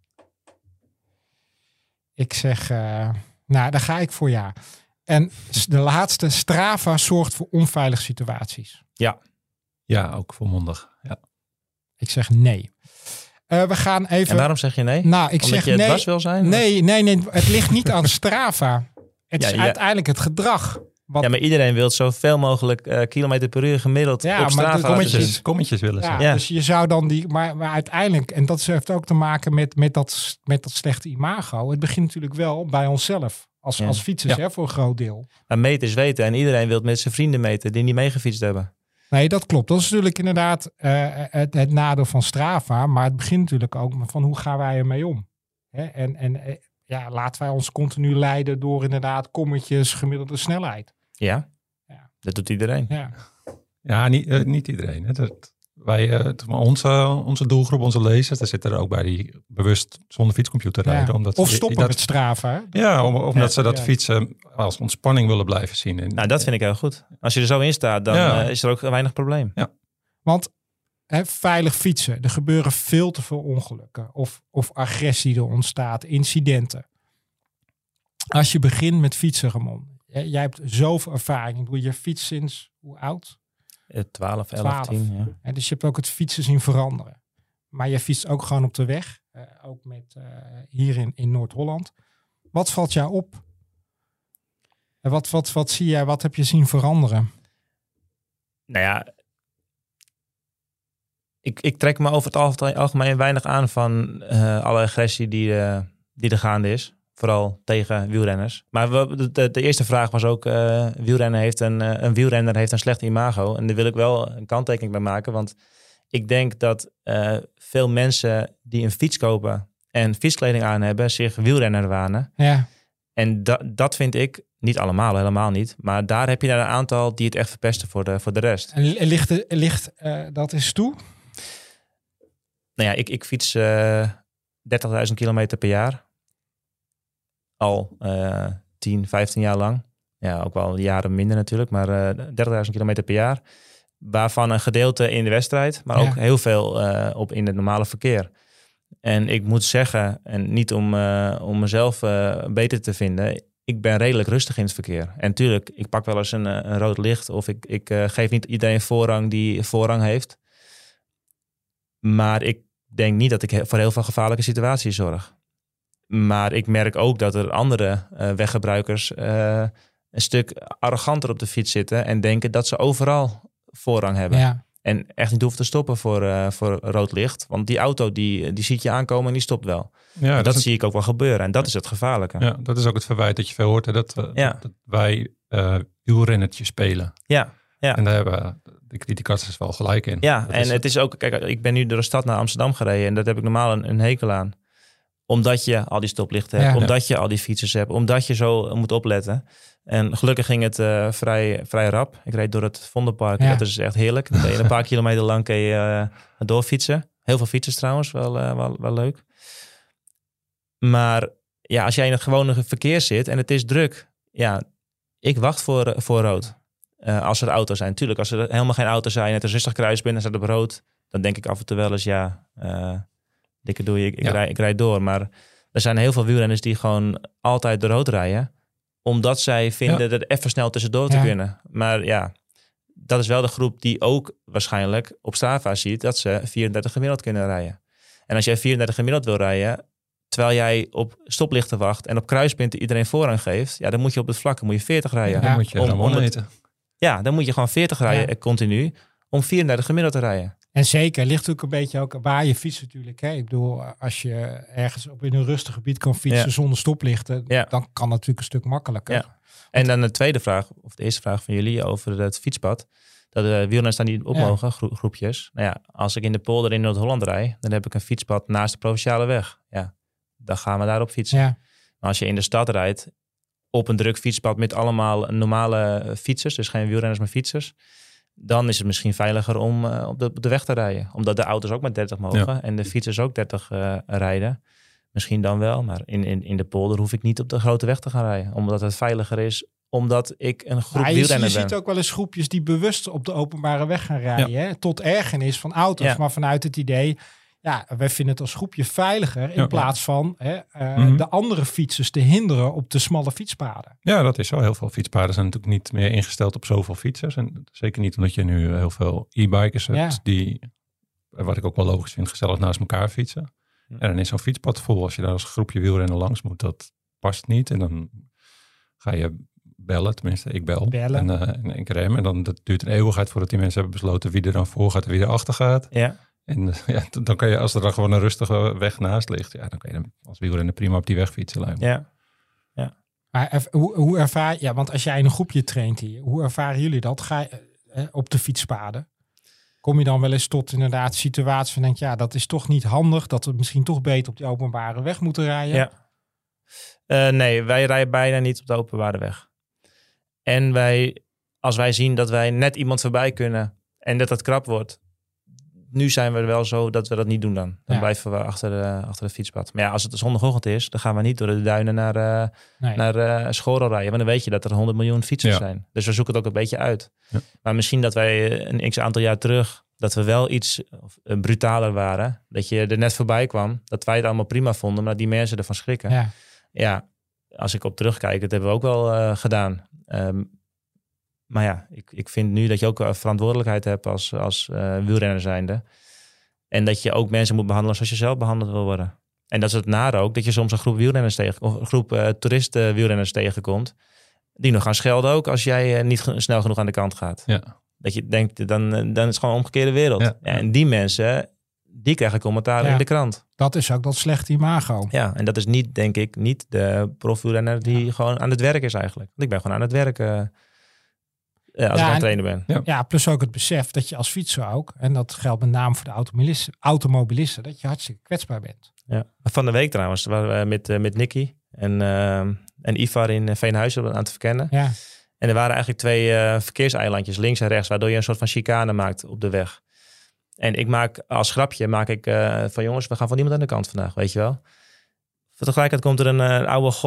Ik zeg, daar ga ik voor ja. En de laatste, Strava zorgt voor onveilige situaties. Ja, ook volmondig. Ja. Ik zeg nee. We gaan even... En waarom zeg je nee? Nou, ik Omdat zeg je het nee. dwars wil zijn? Nee. Het ligt niet aan Strava. Het is uiteindelijk het gedrag. Ja, maar iedereen wil zoveel mogelijk kilometer per uur gemiddeld op Strava. Kommetjes willen ze. Ja, dus je zou dan maar uiteindelijk, en dat heeft ook te maken met dat slechte imago. Het begint natuurlijk wel bij onszelf. Als fietsers, voor een groot deel. Maar meten is weten. En iedereen wil met zijn vrienden meten die niet meegefietst hebben. Nee, dat klopt. Dat is natuurlijk inderdaad het nadeel van Strava. Maar het begint natuurlijk ook van hoe gaan wij ermee om? Hè? En laten wij ons continu leiden door inderdaad kommetjes, gemiddelde snelheid. Ja, dat doet iedereen. Ja, niet iedereen. Hè. Onze doelgroep, onze lezers, daar zitten er ook bij die bewust zonder fietscomputer rijden. Omdat of stoppen met Strava. Hè? Ja, omdat ze dat fietsen als ontspanning willen blijven zien. Nou, dat vind ik heel goed. Als je er zo in staat, dan is er ook weinig probleem. Ja. Want veilig fietsen, er gebeuren veel te veel ongelukken. Of agressie er ontstaat, incidenten. Als je begint met fietsen, Ramon. Jij hebt zoveel ervaring. Ik bedoel, je fietst sinds hoe oud? 12, 11, 10. Ja. En dus je hebt ook het fietsen zien veranderen. Maar je fietst ook gewoon op de weg. Ook met hier in Noord-Holland. Wat valt jou op? En wat zie jij? Wat heb je zien veranderen? Nou ja, ik trek me over het algemeen weinig aan van alle agressie die er gaande is. Vooral tegen wielrenners. Maar de eerste vraag was ook, een wielrenner heeft een slecht imago. En daar wil ik wel een kanttekening bij maken. Want ik denk dat veel mensen die een fiets kopen en fietskleding aan hebben, zich wielrenner wanen. Ja. En dat vind ik, niet allemaal, helemaal niet. Maar daar heb je er een aantal die het echt verpesten voor de rest. En ligt dat eens toe? Nou ja, ik fiets 30.000 kilometer per jaar. Al 10, 15 jaar lang. Ja, ook wel jaren minder natuurlijk. Maar 30.000 kilometer per jaar. Waarvan een gedeelte in de wedstrijd. Maar ook heel veel in het normale verkeer. En ik moet zeggen, en niet om mezelf beter te vinden. Ik ben redelijk rustig in het verkeer. En tuurlijk, ik pak wel eens een rood licht. Of ik geef niet iedereen voorrang die voorrang heeft. Maar ik denk niet dat ik voor heel veel gevaarlijke situaties zorg. Maar ik merk ook dat er andere weggebruikers een stuk arroganter op de fiets zitten en denken dat ze overal voorrang hebben. Ja. En echt niet hoeven te stoppen voor rood licht. Want die auto die ziet je aankomen en die stopt wel. Ja, dat zie ik ook wel gebeuren. En dat is het gevaarlijke. Ja, dat is ook het verwijt dat je veel hoort. Hè, dat wij wielrennertje spelen. Ja. En daar hebben de criticasters wel gelijk in. Ja, het is ook... Kijk, ik ben nu door de stad naar Amsterdam gereden. En dat heb ik normaal een hekel aan. Omdat je al die stoplichten hebt. Omdat je al die fietsers hebt. Omdat je zo moet opletten. En gelukkig ging het vrij rap. Ik reed door het Vondelpark. Ja. Dat is echt heerlijk. Dan ben je een paar kilometer lang kun je doorfietsen. Heel veel fietsers trouwens. Wel leuk. Maar ja, als jij in het gewone verkeer zit en het is druk. Ja, ik wacht voor rood. Als er auto's zijn. Tuurlijk, als er helemaal geen auto's zijn. Het is rustig kruispunt en staat op rood. Dan denk ik af en toe wel eens dikke doei, ik rijd door. Maar er zijn heel veel wielrenners die gewoon altijd de rood rijden. Omdat zij vinden dat even snel tussendoor te kunnen. Maar ja, dat is wel de groep die ook waarschijnlijk op Strava ziet dat ze 34 gemiddeld kunnen rijden. En als jij 34 gemiddeld wil rijden, terwijl jij op stoplichten wacht en op kruispunten iedereen voorrang geeft, dan moet je op het vlakke moet je 40 rijden. Dan moet je dan moet je gewoon 40 rijden continu om 34 gemiddeld te rijden. En zeker, ligt natuurlijk een beetje ook waar je fietst natuurlijk. Hè? Ik bedoel, als je ergens in een rustig gebied kan fietsen zonder stoplichten, dan kan het natuurlijk een stuk makkelijker. Ja. En dan de tweede vraag, of de eerste vraag van jullie over het fietspad. Dat de wielrenners daar niet op mogen, groepjes. Nou ja, als ik in de polder in Noord-Holland rijd, dan heb ik een fietspad naast de provinciale weg. Ja, dan gaan we daarop fietsen. Ja. Maar als je in de stad rijdt, op een druk fietspad met allemaal normale fietsers, dus geen wielrenners, maar fietsers, dan is het misschien veiliger om op de weg te rijden. Omdat de auto's ook maar 30 mogen en de fietsers ook 30 rijden. Misschien dan wel, maar in de polder hoef ik niet op de grote weg te gaan rijden. Omdat het veiliger is, omdat ik een groep wielrenners ben. Je ziet ook wel eens groepjes die bewust op de openbare weg gaan rijden. Hè? Tot ergernis van auto's, maar vanuit het idee, wij vinden het als groepje veiliger in plaats van de andere fietsers te hinderen op de smalle fietspaden. Ja, dat is zo. Heel veel fietspaden zijn natuurlijk niet meer ingesteld op zoveel fietsers. En zeker niet omdat je nu heel veel e-bikers hebt die, wat ik ook wel logisch vind, gezellig naast elkaar fietsen. En dan is zo'n fietspad vol. Als je daar als groepje wielrenner langs moet, dat past niet. En dan ga je bellen, tenminste ik bel. En ik rem. En dan dat duurt een eeuwigheid voordat die mensen hebben besloten wie er dan voor gaat en wie er achter gaat. Ja. En dan kan je, als er dan gewoon een rustige weg naast ligt, dan kan je als wielrenner prima op die weg fietsen. Lijkt me. Ja. Maar hoe ervaar je, want als jij in een groepje traint hier, hoe ervaren jullie dat? Ga je op de fietspaden? Kom je dan wel eens tot inderdaad situaties van denk dat is toch niet handig, dat we misschien toch beter op die openbare weg moeten rijden? Ja. Nee, wij rijden bijna niet op de openbare weg. En als wij zien dat wij net iemand voorbij kunnen en dat krap wordt, nu zijn we er wel zo dat we dat niet doen dan. Dan blijven we achter het fietspad. Maar als het zondagochtend is, dan gaan we niet door de duinen naar Schorel rijden. Want dan weet je dat er 100 miljoen fietsers zijn. Dus we zoeken het ook een beetje uit. Ja. Maar misschien dat wij een x-aantal jaar terug, dat we wel iets brutaler waren. Dat je er net voorbij kwam. Dat wij het allemaal prima vonden, maar die mensen ervan schrikken. Ja, als ik op terugkijk, dat hebben we ook wel gedaan. Maar ik vind nu dat je ook verantwoordelijkheid hebt als wielrenner zijnde. En dat je ook mensen moet behandelen zoals je zelf behandeld wil worden. En dat is het nare ook, dat je soms een groep wielrenners of een groep toeristen wielrenners tegenkomt. Die nog gaan schelden ook als jij niet snel genoeg aan de kant gaat. Ja. Dat je denkt, dan is het gewoon een omgekeerde wereld. Ja. Ja, en die mensen, die krijgen commentaar in de krant. Dat is ook dat slechte imago. Ja, en dat is niet, denk ik, niet de profwielrenner die gewoon aan het werk is eigenlijk. Want ik ben gewoon aan het werken als ik aan het trainen ben. Ja, plus ook het besef dat je als fietser ook, en dat geldt met name voor de automobilisten, dat je hartstikke kwetsbaar bent. Ja. Van de week trouwens, waren we met Nicky en Ivar in Veenhuizen aan het verkennen. Ja. En er waren eigenlijk 2 verkeerseilandjes, links en rechts, waardoor je een soort van chicane maakt op de weg. En ik maak als grapje, van jongens, we gaan van niemand aan de kant vandaag, weet je wel. Tegelijkertijd komt er een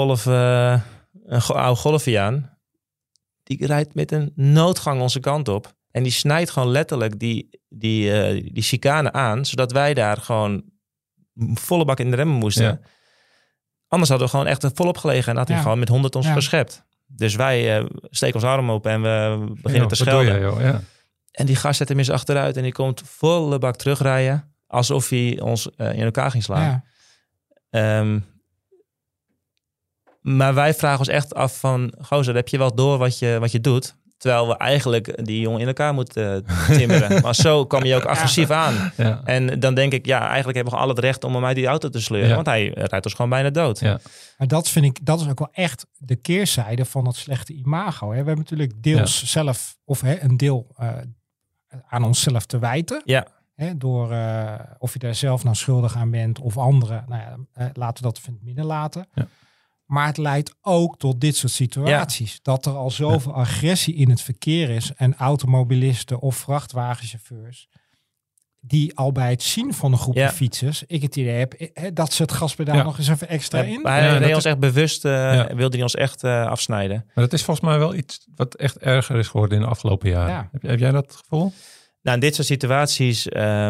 oude golfje die rijdt met een noodgang onze kant op. En die snijdt gewoon letterlijk die chicane aan, zodat wij daar gewoon volle bak in de remmen moesten. Ja. Anders hadden we gewoon echt volop gelegen en had hij gewoon met 100 ons verschept. Dus wij steken ons arm op en we beginnen te schelden. En die gast zet hem eens achteruit en die komt volle bak terugrijden, alsof hij ons in elkaar ging slaan. Ja. Maar wij vragen ons echt af van, gozer, heb je wel door wat je doet? Terwijl we eigenlijk die jongen in elkaar moeten timmeren. Maar zo kwam je ook agressief aan. Ja. En dan denk ik, eigenlijk hebben we al het recht om hem uit die auto te sleuren. Ja. Want hij rijdt ons gewoon bijna dood. Ja. Maar dat is ook wel echt de keerzijde van het slechte imago. Hè. We hebben natuurlijk deels zelf, of een deel aan onszelf te wijten. Ja. Hè, door of je daar zelf nou schuldig aan bent of anderen. Nou ja, laten we dat in het midden laten. Ja. Maar het leidt ook tot dit soort situaties. Ja. Dat er al zoveel agressie in het verkeer is. En automobilisten of vrachtwagenchauffeurs. Die al bij het zien van een groepje fietsers. Ik het idee heb dat ze het gaspedaal nog eens even extra in. Maar hij reed ons echt bewust. Wilde hij ons echt afsnijden. Maar dat is volgens mij wel iets wat echt erger is geworden in de afgelopen jaren. Ja. Heb jij dat gevoel? Nou, in dit soort situaties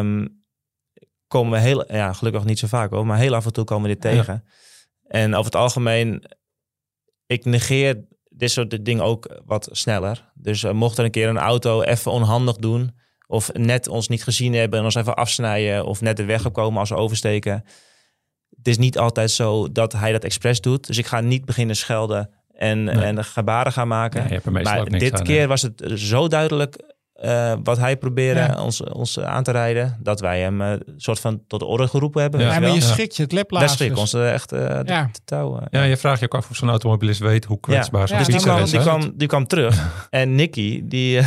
komen we gelukkig niet zo vaak hoor. Maar heel af en toe komen we dit tegen. Ja. En over het algemeen, ik negeer dit soort dingen ook wat sneller. Dus mocht er een keer een auto even onhandig doen, of net ons niet gezien hebben en ons even afsnijden, of net de weg opkomen als we oversteken. Het is niet altijd zo dat hij dat expres doet. Dus ik ga niet beginnen schelden en gebaren gaan maken. Ja, maar dit keer was het zo duidelijk wat hij probeerde ons aan te rijden, dat wij hem soort van tot de orde geroepen hebben. Ja, maar je schrikt je het leplaatjes. Dat schrik ons echt de touw. Ja, je vraagt je ook af of zo'n automobilist weet hoe kwetsbaar zo'n die kwam terug. En Nicky,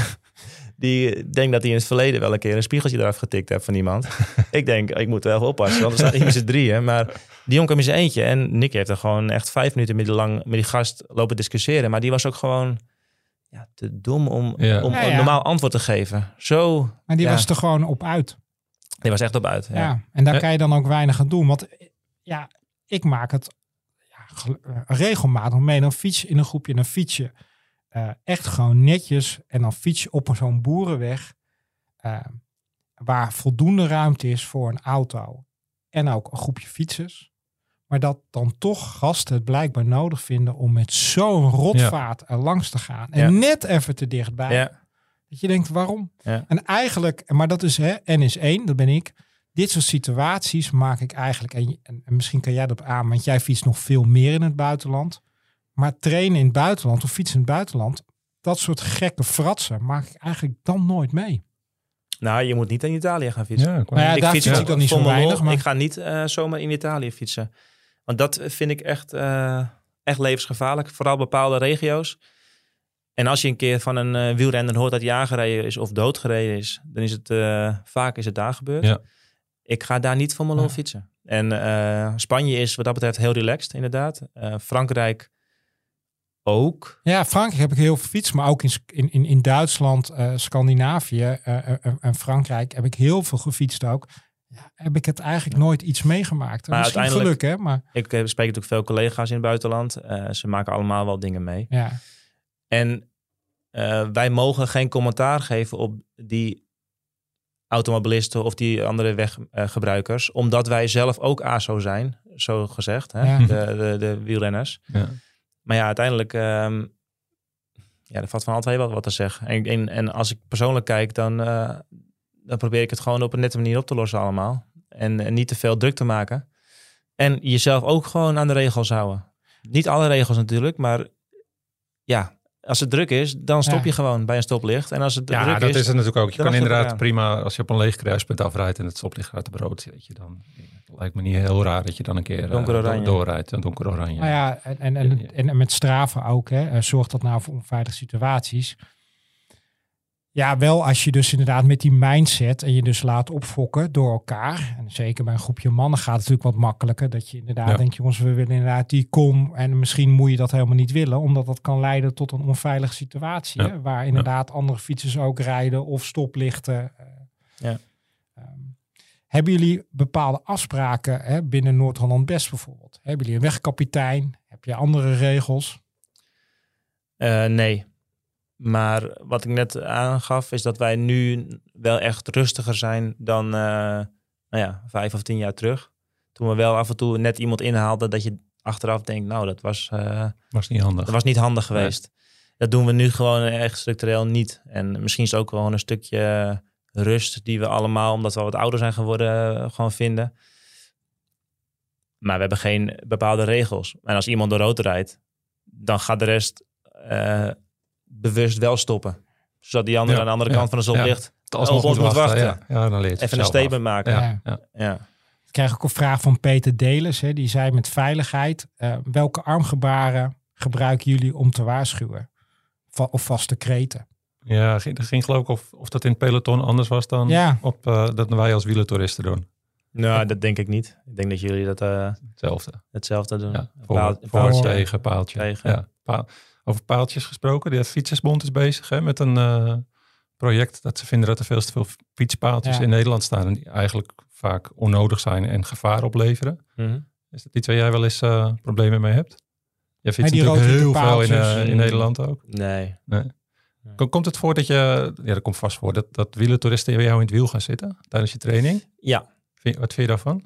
die denkt dat hij in het verleden wel een keer een spiegeltje eraf getikt heeft van iemand. Ik denk, ik moet wel even oppassen, want er staat hier met z'n drieën. Maar die jongen kwam in zijn eentje en Nicky heeft er gewoon echt 5 minuten middellang met die gast lopen discussiëren. Maar die was ook gewoon te dom om een normaal antwoord te geven. Maar die was er gewoon op uit. Die was echt op uit. Ja. En daar kan je dan ook weinig aan doen. Want ik maak het regelmatig mee. Dan fiets je in een groepje en dan fiets je echt gewoon netjes. En dan fiets je op zo'n boerenweg waar voldoende ruimte is voor een auto. En ook een groepje fietsers. Maar dat dan toch gasten het blijkbaar nodig vinden om met zo'n rotvaart er langs te gaan. En net even te dichtbij. Ja. Dat je denkt, waarom? Ja. En eigenlijk, maar dat is N is 1, dat ben ik. Dit soort situaties maak ik eigenlijk, en misschien kan jij dat aan, want jij fietst nog veel meer in het buitenland. Maar trainen in het buitenland of fietsen in het buitenland, dat soort gekke fratsen maak ik eigenlijk dan nooit mee. Nou, je moet niet in Italië gaan fietsen. Ja, daar fiets ik dan niet zo weinig. Maar ik ga niet zomaar in Italië fietsen. Want dat vind ik echt levensgevaarlijk. Vooral bepaalde regio's. En als je een keer van een wielrenner hoort dat hij aangereden is of doodgereden is, dan is het vaak is het daar gebeurd. Ja. Ik ga daar niet van mijn lol fietsen. En Spanje is wat dat betreft heel relaxed, inderdaad. Frankrijk ook. Ja, Frankrijk heb ik heel veel gefietst, maar ook in Duitsland, Scandinavië en Frankrijk heb ik heel veel gefietst ook. Ja, heb ik het eigenlijk nooit iets meegemaakt. Maar misschien geluk, hè? Maar ik spreek natuurlijk veel collega's in het buitenland. Ze maken allemaal wel dingen mee. Ja. En wij mogen geen commentaar geven op die automobilisten of die andere weggebruikers, omdat wij zelf ook ASO zijn, zo gezegd, hè? Ja. De wielrenners. Ja. Maar ja, uiteindelijk, er valt van alle twee wel wat te zeggen. En als ik persoonlijk kijk, dan probeer ik het gewoon op een nette manier op te lossen allemaal. En niet te veel druk te maken. En jezelf ook gewoon aan de regels houden. Niet alle regels natuurlijk, maar als het druk is, dan stop je gewoon bij een stoplicht. En als het druk dat is het natuurlijk ook. Je kan inderdaad prima, als je op een leeg kruispunt afrijdt en het stoplicht gaat op rood, weet je, dan lijkt me niet heel raar dat je dan een keer doorrijdt. Een donker oranje. Nou ja, en met straffen ook, hè, zorgt dat nou voor onveilige situaties. Ja, wel als je dus inderdaad met die mindset en je dus laat opfokken door elkaar. En zeker bij een groepje mannen gaat het natuurlijk wat makkelijker. Dat je inderdaad denkt, jongens, we willen inderdaad die kom. En misschien moet je dat helemaal niet willen. Omdat dat kan leiden tot een onveilige situatie. Hè, waar inderdaad andere fietsers ook rijden of stoplichten. Hebben jullie bepaalde afspraken binnen Noord-Holland Best bijvoorbeeld? Hebben jullie een wegkapitein? Heb je andere regels? Nee. Maar wat ik net aangaf is dat wij nu wel echt rustiger zijn dan 5 of 10 jaar terug. Toen we wel af en toe net iemand inhaalden dat je achteraf denkt, nou dat was niet handig. Dat was niet handig geweest. Nee. Dat doen we nu gewoon echt structureel niet. En misschien is het ook gewoon een stukje rust die we allemaal, omdat we wat ouder zijn geworden, gewoon vinden. Maar we hebben geen bepaalde regels. En als iemand door rood rijdt, dan gaat de rest bewust wel stoppen. Zodat die andere aan de andere kant van de stoplicht alsnog op ons moet wachten. Ja, dan leer je het even een statement maken. Ja. Ik krijg ook een vraag van Peter Delis. Hè, die zei met veiligheid. Welke armgebaren gebruiken jullie om te waarschuwen? Of vaste kreten? Ja, dat ging geloof ik of dat in het peloton anders was dan dat wij als wielertoeristen doen. Nou, dat denk ik niet. Ik denk dat jullie dat hetzelfde doen. Ja, voor tegen, paaltje. Tegen. Ja, over paaltjes gesproken. De Fietsersbond is bezig met een project dat ze vinden dat er veel te veel fietspaaltjes in Nederland staan. En die eigenlijk vaak onnodig zijn en gevaar opleveren. Mm-hmm. Is dat iets waar jij wel eens problemen mee hebt? Jij fietst natuurlijk heel veel in Nederland ook. Nee. Komt het voor dat dat komt vast voor, dat wielertoeristen bij jou in het wiel gaan zitten tijdens je training? Ja. Wat vind je daarvan?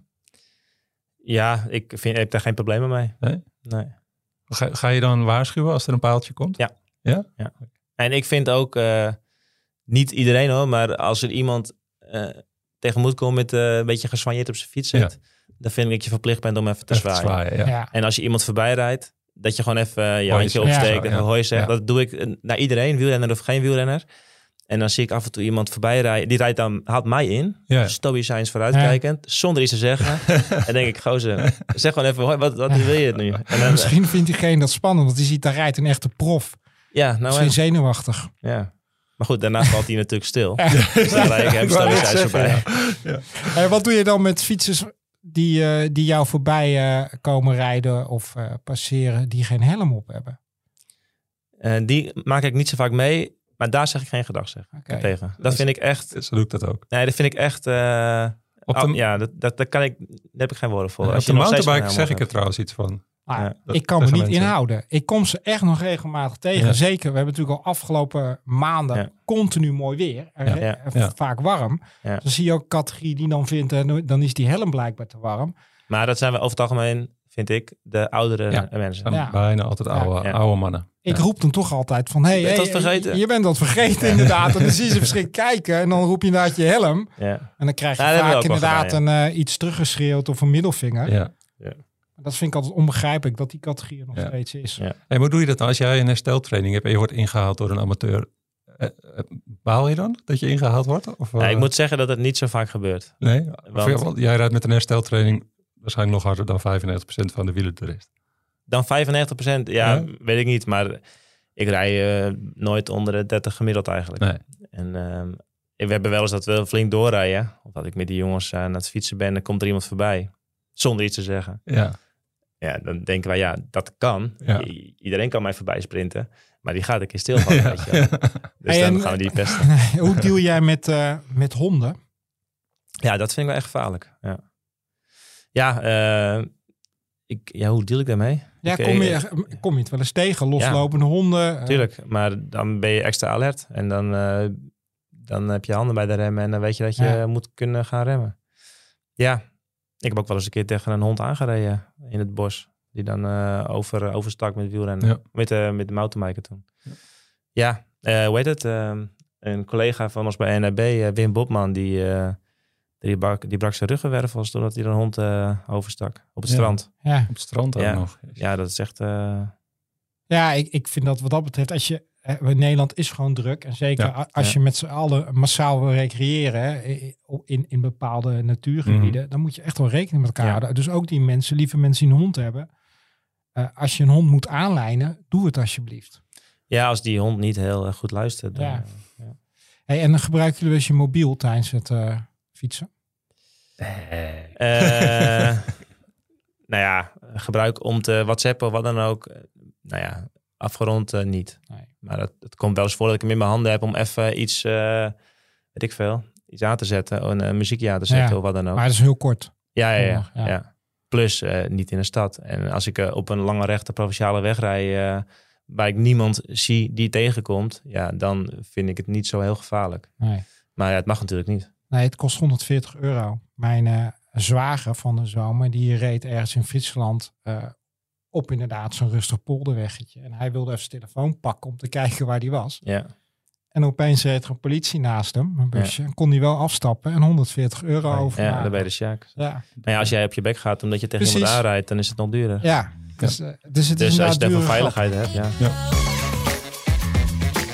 Ja, ik heb daar geen problemen mee. Nee. Ga je dan waarschuwen als er een paaltje komt? Ja. En ik vind ook, niet iedereen hoor, maar als er iemand tegen moet komen met een beetje geswanjeerd op zijn fiets zit, dan vind ik dat je verplicht bent om even te zwaaien. Ja. En als je iemand voorbij rijdt, dat je gewoon even je handje opsteekt en hoi zegt. Dat doe ik naar iedereen, wielrenner of geen wielrenner. En dan zie ik af en toe iemand voorbij rijden. Die haalt mij in. Ja. Stoïcijns vooruitkijkend. Zonder iets te zeggen. En denk ik, gozer, zeg gewoon even, hoi, wat wil je het nu? En dan, misschien vindt diegene dat spannend. Want hij ziet, daar rijdt een echte prof. Ja, nou misschien zenuwachtig. Ja. Maar goed, daarna valt hij natuurlijk stil. Dus dan rijd ik hem stoïcijns voorbij. Ja. Wat doe je dan met fietsers die jou voorbij komen rijden of passeren, die geen helm op hebben? Die maak ik niet zo vaak mee. Maar daar zeg ik geen gedag tegen. Dat vind ik echt... Zo doe ik dat ook. Nee, dat vind ik echt... daar heb ik geen woorden voor. Op de mountainbike zeg ik er trouwens iets van. Ik kan me niet inhouden. Ik kom ze echt nog regelmatig tegen. Ja. Zeker, we hebben natuurlijk al afgelopen maanden continu mooi weer. Vaak warm. Ja. Dan zie je ook een categorie die dan vindt, dan is die helm blijkbaar te warm. Maar dat zijn we over het algemeen, vind ik, de oudere mensen. Bijna altijd oude mannen. Ik roep dan toch altijd van, je bent dat vergeten inderdaad. En dan zie je ze verschrikt kijken en dan roep je inderdaad je helm. Ja. En dan krijg je vaak inderdaad iets teruggeschreeuwd of een middelvinger. Ja. Dat vind ik altijd onbegrijpelijk dat die categorie er nog steeds is. Ja. Hey, hoe doe je dat nou? Als jij een hersteltraining hebt en je wordt ingehaald door een amateur, baal je dan dat je ingehaald wordt? Of, ik moet zeggen dat het niet zo vaak gebeurt. Nee? Want jij rijdt met een hersteltraining waarschijnlijk nog harder dan 95% van de wielertoerist. Dan 95%? Ja, weet ik niet. Maar ik rij nooit onder de 30 gemiddeld eigenlijk. Nee. En we hebben wel eens dat we flink doorrijden. Of dat ik met die jongens aan het fietsen ben. Dan komt er iemand voorbij. Zonder iets te zeggen. Ja, dan denken wij, dat kan. Ja. Iedereen kan mij voorbij sprinten. Maar die gaat een keer stilvallen. Weet je wel. Dus dan gaan we die pesten. Hoe deal jij met honden? Ja, dat vind ik wel echt gevaarlijk. Hoe deal ik daarmee? Ja, kom je het wel eens tegen? Loslopende honden? Tuurlijk, maar dan ben je extra alert. En dan heb je handen bij de remmen. En dan weet je dat je moet kunnen gaan remmen. Ja, ik heb ook wel eens een keer tegen een hond aangereden in het bos. Die dan overstak met wielrennen. Ja. Met de mountainbiker toen. Ja, hoe heet het? Een collega van ons bij NRB, Wim Bobman, die brak zijn ruggenwervels doordat hij een hond overstak. Op het strand. Ja. Op het strand ook nog. Ja, dat is echt... Ja, ik vind dat wat dat betreft, als je... Nederland is gewoon druk. En zeker als je met z'n allen massaal wil recreëren in bepaalde natuurgebieden, dan moet je echt wel rekening met elkaar houden. Dus ook die mensen, lieve mensen die een hond hebben. Als je een hond moet aanlijnen, doe het alsjeblieft. Ja, als die hond niet heel goed luistert. Dan, Hey, en dan gebruiken jullie dus je mobiel tijdens het fietsen? Gebruik om te WhatsAppen of wat dan ook. Afgerond niet. Nee. Maar het komt wel eens voor dat ik hem in mijn handen heb om even iets, iets aan te zetten. Een muziekje aan te zetten of wat dan ook. Maar dat is heel kort. Ja. Plus niet in de stad. En als ik op een lange rechte provinciale weg rij, waar ik niemand zie die tegenkomt, dan vind ik het niet zo heel gevaarlijk. Nee. Maar het mag natuurlijk niet. Nee, het kost €140. Mijn zwager van de zomer, die reed ergens in Friesland op inderdaad zo'n rustig polderweggetje. En hij wilde even zijn telefoon pakken om te kijken waar die was. Ja. En opeens reed er een politie naast hem, een busje. En kon hij wel afstappen en €140 over. Ja, dan ben je de sjaak. Ja. Maar als jij op je bek gaat omdat je tegen iemand aanrijdt, dan is het nog duurder. Ja. Dus het is als je het voor veiligheid hebt,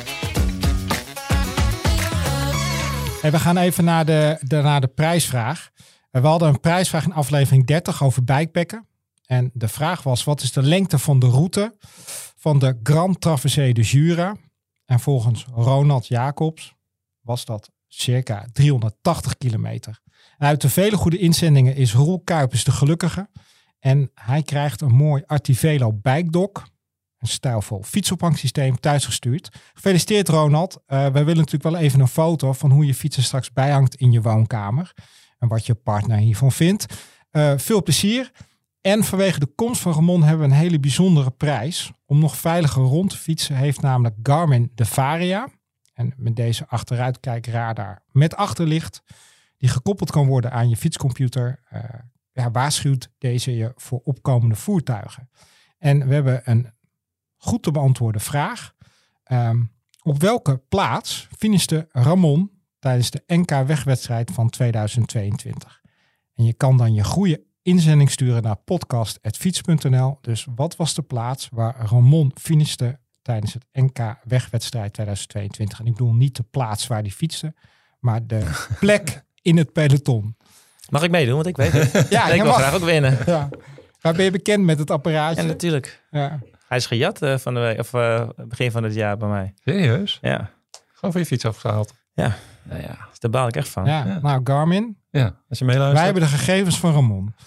Hey, we gaan even naar de prijsvraag. We hadden een prijsvraag in aflevering 30 over bikepacken. En de vraag was, wat is de lengte van de route van de Grand Traversée de Jura? En volgens Ronald Jacobs was dat circa 380 kilometer. En uit de vele goede inzendingen is Roel Kuipers de gelukkige. En hij krijgt een mooi Artivelo Bike Dock, een stijlvol fietsopvangsysteem, thuisgestuurd. Gefeliciteerd Ronald. Wij willen natuurlijk wel even een foto van hoe je fiets er straks bijhangt in je woonkamer. En wat je partner hiervan vindt. Veel plezier. En vanwege de komst van Ramon hebben we een hele bijzondere prijs. Om nog veiliger rond te fietsen heeft namelijk Garmin de Varia. En met deze achteruitkijkradar met achterlicht, die gekoppeld kan worden aan je fietscomputer, waarschuwt deze je voor opkomende voertuigen. En we hebben een goed te beantwoorden vraag. Op welke plaats finishte Ramon tijdens de NK-wegwedstrijd van 2022? En je kan dan je goede inzending sturen naar podcast@fiets.nl. Dus wat was de plaats waar Ramon finishte tijdens het NK-wegwedstrijd 2022? En ik bedoel niet de plaats waar hij fietste, maar de plek in het peloton. Mag ik meedoen? Want ik weet het. Ja, ik wil graag ook winnen. Ja. Waar ben je bekend met het apparaatje? Ja, natuurlijk. Ja. Hij is gejat van de week, of begin van het jaar bij mij. Serieus? Ja. Gewoon van je fiets afgehaald. Ja. Nou ja. Dus daar baal ik echt van. Ja. Nou, Garmin. Ja, als je meeluistert. Wij hebben de gegevens van Ramon.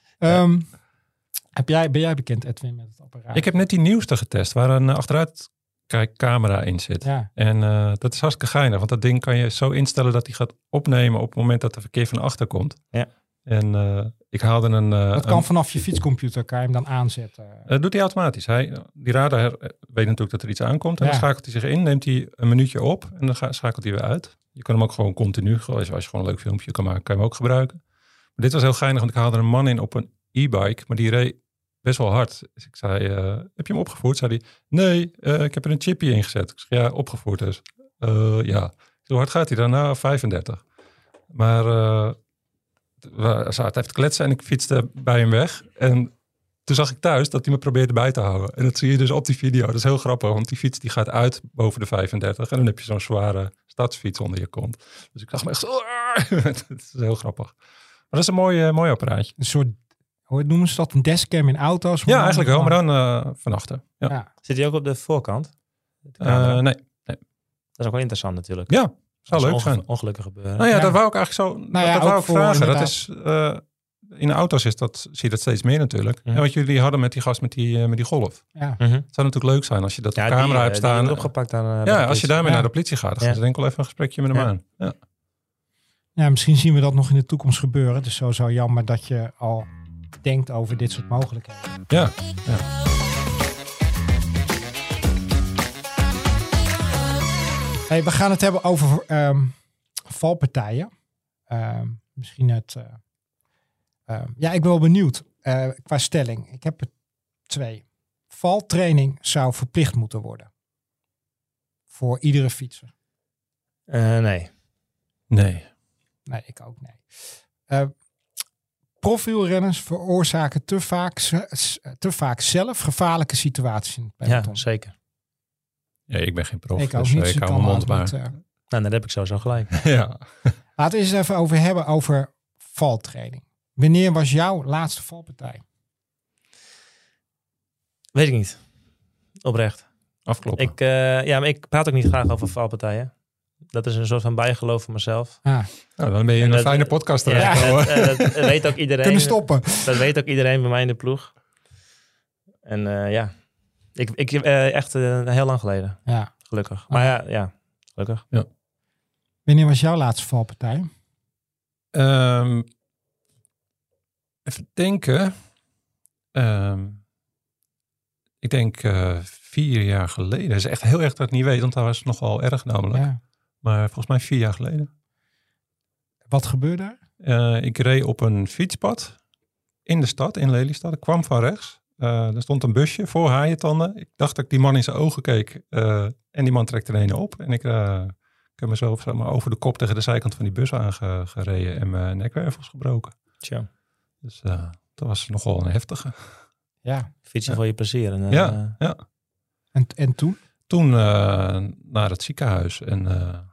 Ben jij bekend, Edwin, met het apparaat? Ik heb net die nieuwste getest, waar een achteruitkijkcamera in zit. Ja. En dat is hartstikke geinig, want dat ding kan je zo instellen dat hij gaat opnemen op het moment dat er verkeer van achter komt. Ja. En ik haalde een... Dat kan vanaf je fietscomputer, kan je hem dan aanzetten? Dat doet hij automatisch. Die radar weet natuurlijk dat er iets aankomt. En dan schakelt hij zich in, neemt hij een minuutje op en dan schakelt hij weer uit. Je kan hem ook gewoon continu, als je gewoon een leuk filmpje kan maken, kan je hem ook gebruiken. Maar dit was heel geinig, want ik haalde een man in op een e-bike, maar die reed best wel hard. Dus ik zei, heb je hem opgevoerd? Zei hij, nee, ik heb er een chipje in gezet. Ik zei, ja, opgevoerd dus. Ja. Hoe hard gaat hij dan? Nou, 35. Maar we zaten even te kletsen en ik fietste bij hem weg. En toen zag ik thuis dat hij me probeerde bij te houden. En dat zie je dus op die video. Dat is heel grappig, want die fiets die gaat uit boven de 35. En dan heb je zo'n zware stadsfiets onder je kont. Dus ik zag me echt zo... Het is heel grappig. Maar dat is een mooi apparaatje. Een soort, hoe noemen ze dat? Een dashcam in auto's? Ja, eigenlijk wel, maar dan van achter. Ja. Ja. Zit hij ook op de voorkant? Nee. Dat is ook wel interessant natuurlijk. Ja, zou Als leuk zijn. ongelukken gebeuren. Nou ja, Ja. dat wou ik eigenlijk zo... Nou ja, dat wou ook ik voor vragen. Dat inderdaad. is... in de auto's zie je dat steeds meer natuurlijk. Mhm. En wat jullie hadden met die gast met die golf. Ja. Mhm. Het zou natuurlijk leuk zijn als je dat op Ja, camera hebt die staan. wordt opgepakt aan, bij de Ja, als je politie. daarmee Ja. naar de politie gaat, dan Ja. gaat er denk ik wel even een gesprekje met hem Ja. aan. Ja. Ja, misschien zien we dat nog in de toekomst gebeuren. Dus zo jammer dat je al denkt over dit soort mogelijkheden. Ja. Hey, we gaan het hebben over valpartijen. Misschien het... ja, ik ben wel benieuwd qua stelling. Ik heb er 2. Valtraining zou verplicht moeten worden. Voor iedere fietser. Nee. Nee. Nee, ik ook nee. Profielrenners veroorzaken te vaak zelf gevaarlijke situaties in het Ja, peloton. zeker. Ja, ik ben geen prof, Ik ook dus niet. ik dus hou kan mijn mond ook maar. niet, Nou, daar heb ik sowieso gelijk. Ja. Laten we eens even over hebben over valtraining. Wanneer was jouw laatste valpartij? Weet ik niet. Oprecht. Afkloppen. Maar ik praat ook niet graag over valpartijen. Dat is een soort van bijgeloof voor mezelf. Ah, Nou, dan ben je in En een dat- fijne podcast Ja, terecht. dat weet ook iedereen. kunnen stoppen. Dat weet ook iedereen bij mij in de ploeg. En ja, ik echt heel lang geleden. Ja. Gelukkig. Maar ja, gelukkig. Wanneer was jouw laatste valpartij? Even denken. Ik denk 4 jaar geleden. Dat is echt heel erg dat ik niet weet, want dat was nogal erg namelijk. Ja. Maar volgens mij 4 jaar geleden. Wat gebeurde er? Ik reed op een fietspad in de stad, in Lelystad. Ik kwam van rechts. Er stond een busje voor haaientanden. Ik dacht dat ik die man in zijn ogen keek. En die man trekt er een op. En ik heb mezelf zeg maar, over de kop tegen de zijkant van die bus aangereden. En mijn nekwervels gebroken. Tja. Dus dat was nogal een heftige. Ja. Fietsen voor je plezier. En, Ja. En toen? Toen naar het ziekenhuis. En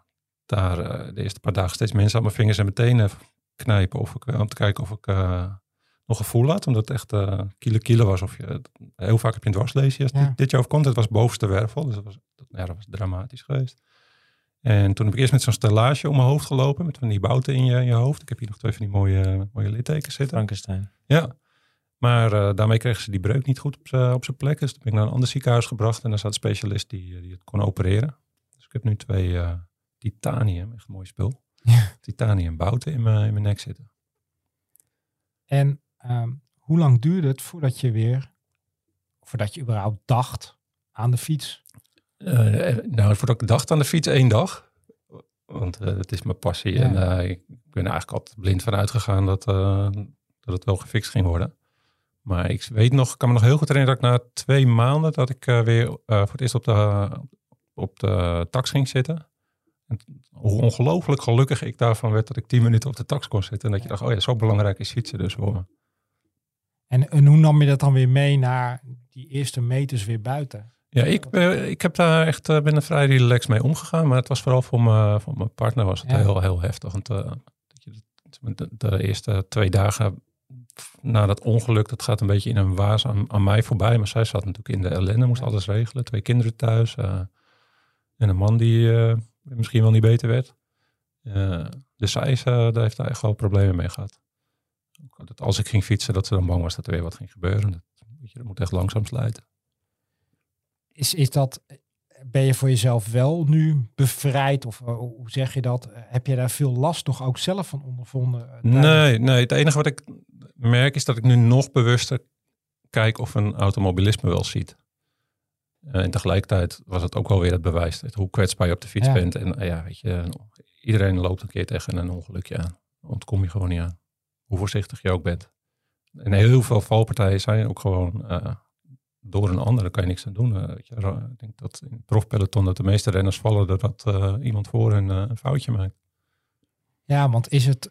daar de eerste paar dagen steeds mensen aan mijn vingers en mijn tenen knijpen. Om te kijken of ik nog gevoel had. Omdat het echt kilo was. Heel vaak heb je een dwarslesie. Dit jaar overkomt, het was bovenste wervel. Dus dat was dramatisch geweest. En toen heb ik eerst met zo'n stellage om mijn hoofd gelopen. Met van die bouten in je hoofd. Ik heb hier nog 2 van die mooie littekens zitten. Frankenstein. Ja. Maar daarmee kregen ze die breuk niet goed op zijn plek. Dus toen ben ik naar een ander ziekenhuis gebracht. En daar zat een specialist die het kon opereren. Dus ik heb nu 2 titanium, echt een mooi spul. Ja. Titanium bouten in mijn nek zitten. En hoe lang duurde het voordat je überhaupt dacht aan de fiets? Voordat ik dacht aan de fiets 1 dag. Want het is mijn passie. Ja. En ik ben er eigenlijk altijd blind van uitgegaan dat het wel gefixt ging worden. Maar ik kan me nog heel goed herinneren dat ik na 2 maanden dat ik weer voor het eerst op de tax ging zitten. En hoe ongelooflijk gelukkig ik daarvan werd dat ik 10 minuten op de tax kon zitten. En dat je dacht, oh ja, zo belangrijk is fietsen dus voor me. En hoe nam je dat dan weer mee naar die eerste meters weer buiten? Ja, ik heb daar echt ben er vrij relaxed mee omgegaan. Maar het was vooral voor mijn partner was het heel, heel heftig. Want de eerste 2 dagen na dat ongeluk, dat gaat een beetje in een waas aan mij voorbij. Maar zij zat natuurlijk in de ellende, moest alles regelen. 2 kinderen thuis. En een man die misschien wel niet beter werd. Dus zij daar heeft daar echt wel problemen mee gehad. Dat als ik ging fietsen, dat ze dan bang was dat er weer wat ging gebeuren. Dat moet echt langzaam slijten. Ben je voor jezelf wel nu bevrijd? Of hoe zeg je dat? Heb je daar veel last nog ook zelf van ondervonden? Nee. Het enige wat ik merk is dat ik nu nog bewuster kijk of een automobilisme wel ziet. En tegelijkertijd was het ook wel weer het bewijs hoe kwetsbaar je op de fiets bent. En weet je, iedereen loopt een keer tegen een ongelukje aan. Ontkom je gewoon niet aan. Hoe voorzichtig je ook bent. En heel veel valpartijen zijn ook gewoon door een ander. Daar kan je niks aan doen. Ik denk dat in het profpeloton dat de meeste renners vallen doordat iemand voor hen een foutje maakt. Ja, want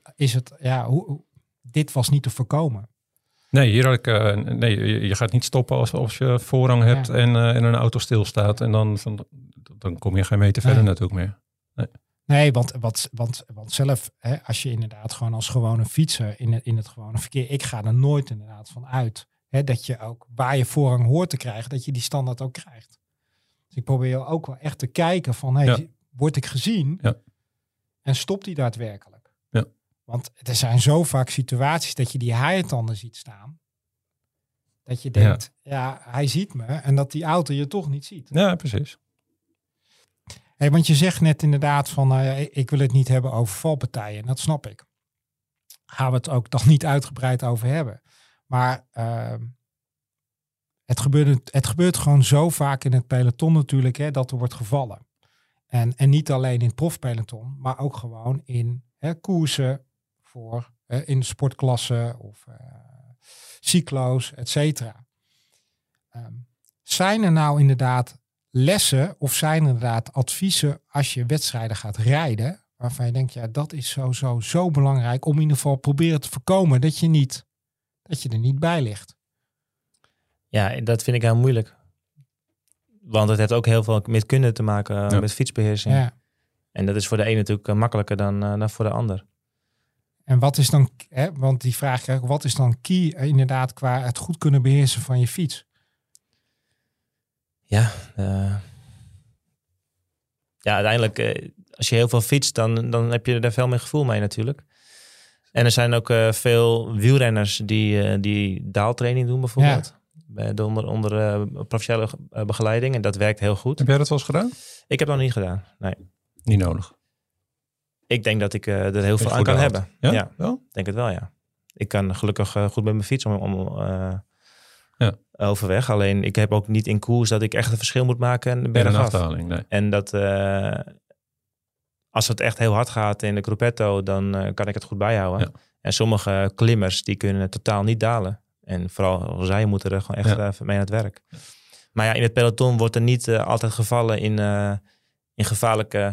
dit was niet te voorkomen. Nee, hier had ik, je gaat niet stoppen als je voorrang hebt en een auto stilstaat. En dan kom je geen meter verder natuurlijk meer. Nee, want zelf, als je inderdaad gewoon als gewone fietser in het gewone verkeer, ik ga er nooit inderdaad van uit dat je ook waar je voorrang hoort te krijgen, dat je die standaard ook krijgt. Dus ik probeer ook wel echt te kijken van, word ik gezien? Ja. En stopt die daadwerkelijk? Ja. Want er zijn zo vaak situaties dat je die haaitanden ziet staan. Dat je denkt, hij ziet me en dat die auto je toch niet ziet. Ja, precies. Hey, want je zegt net inderdaad van, ik wil het niet hebben over valpartijen. En dat snap ik. Gaan we het ook nog niet uitgebreid over hebben. Maar het gebeurt gewoon zo vaak in het peloton natuurlijk, dat er wordt gevallen. En niet alleen in het profpeloton, maar ook gewoon in koersen in sportklassen of cyclo's, et cetera. Zijn er nou inderdaad lessen of zijn er inderdaad adviezen als je wedstrijden gaat rijden, waarvan je denkt, dat is zo belangrijk om in ieder geval proberen te voorkomen dat je er niet bij ligt? Ja, dat vind ik heel moeilijk. Want het heeft ook heel veel met kunde te maken, met fietsbeheersing. Ja. En dat is voor de een natuurlijk makkelijker dan voor de ander. En wat is dan, want die vraag krijg ik, wat is dan key inderdaad qua het goed kunnen beheersen van je fiets? Uiteindelijk, als je heel veel fietst, dan heb je er veel meer gevoel mee natuurlijk. En er zijn ook veel wielrenners die daaltraining doen bijvoorbeeld. Onder professionele begeleiding. En dat werkt heel goed. Heb jij dat wel eens gedaan? Ik heb dat nog niet gedaan, nee. Niet nodig? Ik denk dat ik er heel veel aan kan hebben. Ja? Wel? Denk het wel, ja. Ik kan gelukkig goed met mijn fiets overweg. Alleen ik heb ook niet in koers dat ik echt een verschil moet maken bergaf. Nee. En dat als het echt heel hard gaat in de Gruppetto, dan kan ik het goed bijhouden. Ja. En sommige klimmers die kunnen totaal niet dalen. En vooral zij moeten er gewoon echt mee aan het werk. Ja. Maar in het peloton wordt er niet altijd gevallen in gevaarlijke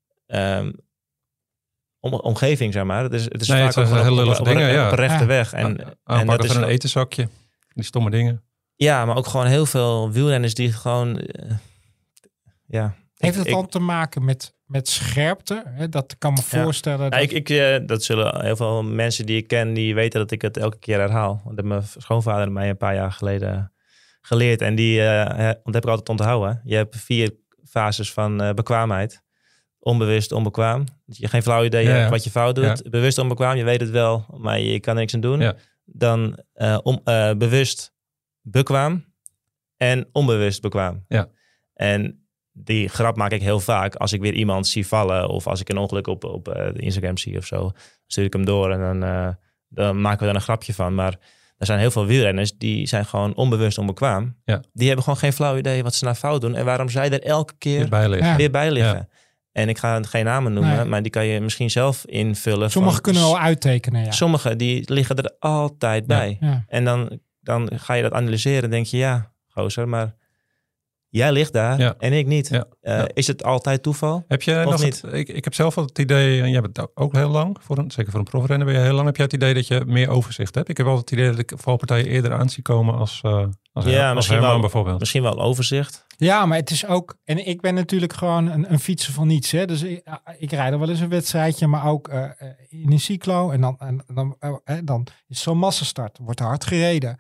omgeving, zeg maar. Het is vaak ook heel lullige dingen, op een rechte weg. En dat is een etenzakje. Die stomme dingen. Ja, maar ook gewoon heel veel wielrenners die gewoon... Heeft het dan te maken met met scherpte. Hè? Dat kan me voorstellen. Dat zullen heel veel mensen die ik ken, die weten dat ik het elke keer herhaal. Want dat heeft mijn schoonvader mij een paar jaar geleden geleerd. En die heb ik altijd onthouden. Je hebt 4 fases van bekwaamheid. Onbewust, onbekwaam. Dat je geen flauw idee hebt wat je fout doet. Ja. Bewust onbekwaam, je weet het wel, maar je kan er niks aan doen. Ja. Dan bewust bewust en onbewust bekwaam. Ja. En die grap maak ik heel vaak als ik weer iemand zie vallen of als ik een ongeluk op Instagram zie of zo. Stuur ik hem door en dan maken we daar een grapje van. Maar er zijn heel veel wielrenners die zijn gewoon onbewust onbekwaam. Ja. Die hebben gewoon geen flauw idee wat ze nou fout doen en waarom zij er elke keer weer bij liggen. Ja. En ik ga geen namen noemen, maar die kan je misschien zelf invullen. Sommigen kunnen al uittekenen, ja. Sommigen die liggen er altijd bij. Ja. En dan ga je dat analyseren en denk je, ja, gozer, maar jij ligt daar en ik niet. Ja. Is het altijd toeval? Heb je nog niet? Ik heb zelf wel het idee, en jij bent ook heel lang, zeker voor een profrenner ben je heel lang, heb jij het idee dat je meer overzicht hebt? Ik heb altijd het idee dat ik valpartijen eerder aan zie komen als misschien Herman bijvoorbeeld. Misschien wel overzicht. Ja, maar het is ook... En ik ben natuurlijk gewoon een fietser van niets. Hè? Dus ik rijd er wel eens een wedstrijdje, maar ook in een cyclo. En dan is zo'n massastart. Wordt er hard gereden.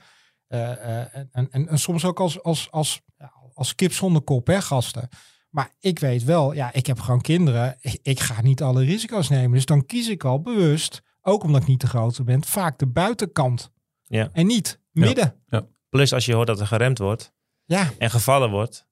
En soms ook als kip zonder kop, hè, gasten. Maar ik weet wel, ik heb gewoon kinderen. Ik ga niet alle risico's nemen. Dus dan kies ik al bewust, ook omdat ik niet te groot ben, vaak de buitenkant. Ja. En niet midden. Ja. Plus als je hoort dat er geremd wordt en gevallen wordt.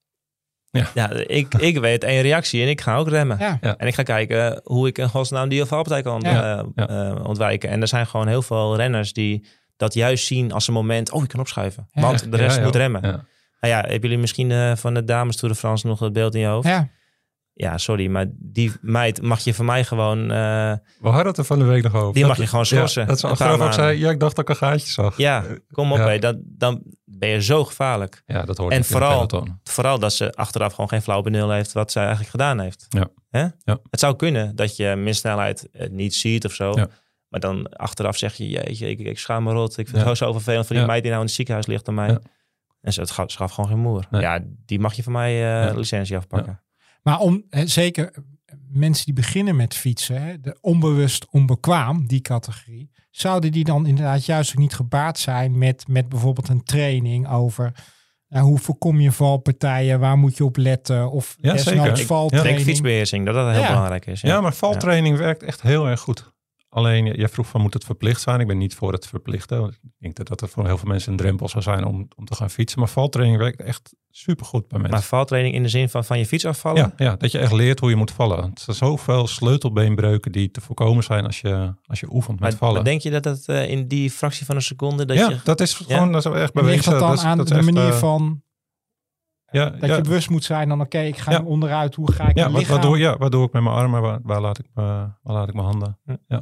Ja, ik weet één reactie en ik ga ook remmen. Ja. Ja. En ik ga kijken hoe ik in godsnaam die valpartij kan ontwijken. En er zijn gewoon heel veel renners die dat juist zien als een moment, ik kan opschuiven. Ja. Want de rest moet remmen. Ja. Nou hebben jullie misschien van de dames Tour de France nog dat beeld in je hoofd? Ja, sorry, maar die meid mag je van mij gewoon... We hadden het er van de week nog over. Die mag je gewoon schorsen. Ja, dat ze achteraf ook zei, ik dacht dat ik een gaatje zag. Ja, kom op, dan ben je zo gevaarlijk. Ja, dat hoort. En vooral dat ze achteraf gewoon geen flauw benul heeft wat zij eigenlijk gedaan heeft. Ja. Hè? Ja. Het zou kunnen dat je misnelheid niet ziet of zo. Ja. Maar dan achteraf zeg je, jeetje, ik schaam me rot. Ik vind het zo vervelend voor die meid die nou in het ziekenhuis ligt aan mij. Ja. En het gaf gewoon geen moer. Nee. Ja, die mag je van mij licentie afpakken. Ja. Maar zeker mensen die beginnen met fietsen, de onbewust onbekwaam, die categorie, zouden die dan inderdaad juist ook niet gebaat zijn met bijvoorbeeld een training over hoe voorkom je valpartijen, waar moet je op letten of desnoods valtraining. Fietsbeheersing, dat heel belangrijk is. Ja, maar valtraining werkt echt heel erg goed. Alleen, jij vroeg van moet het verplicht zijn? Ik ben niet voor het verplichten. Ik denk dat er voor heel veel mensen een drempel zou zijn om te gaan fietsen. Maar valtraining werkt echt supergoed bij mensen. Maar valtraining in de zin van je fiets afvallen? Ja, dat je echt leert hoe je moet vallen. Er zijn zoveel sleutelbeenbreuken die te voorkomen zijn als je oefent met vallen. Maar denk je dat in die fractie van een seconde... dat is gewoon dat is echt bewezen. Ligt dat dan aan de manier van... dat je bewust moet zijn dan ik ga onderuit. Hoe ga ik mijn lichaam... Wat doe ik met mijn armen? Waar laat ik mijn handen? Ja.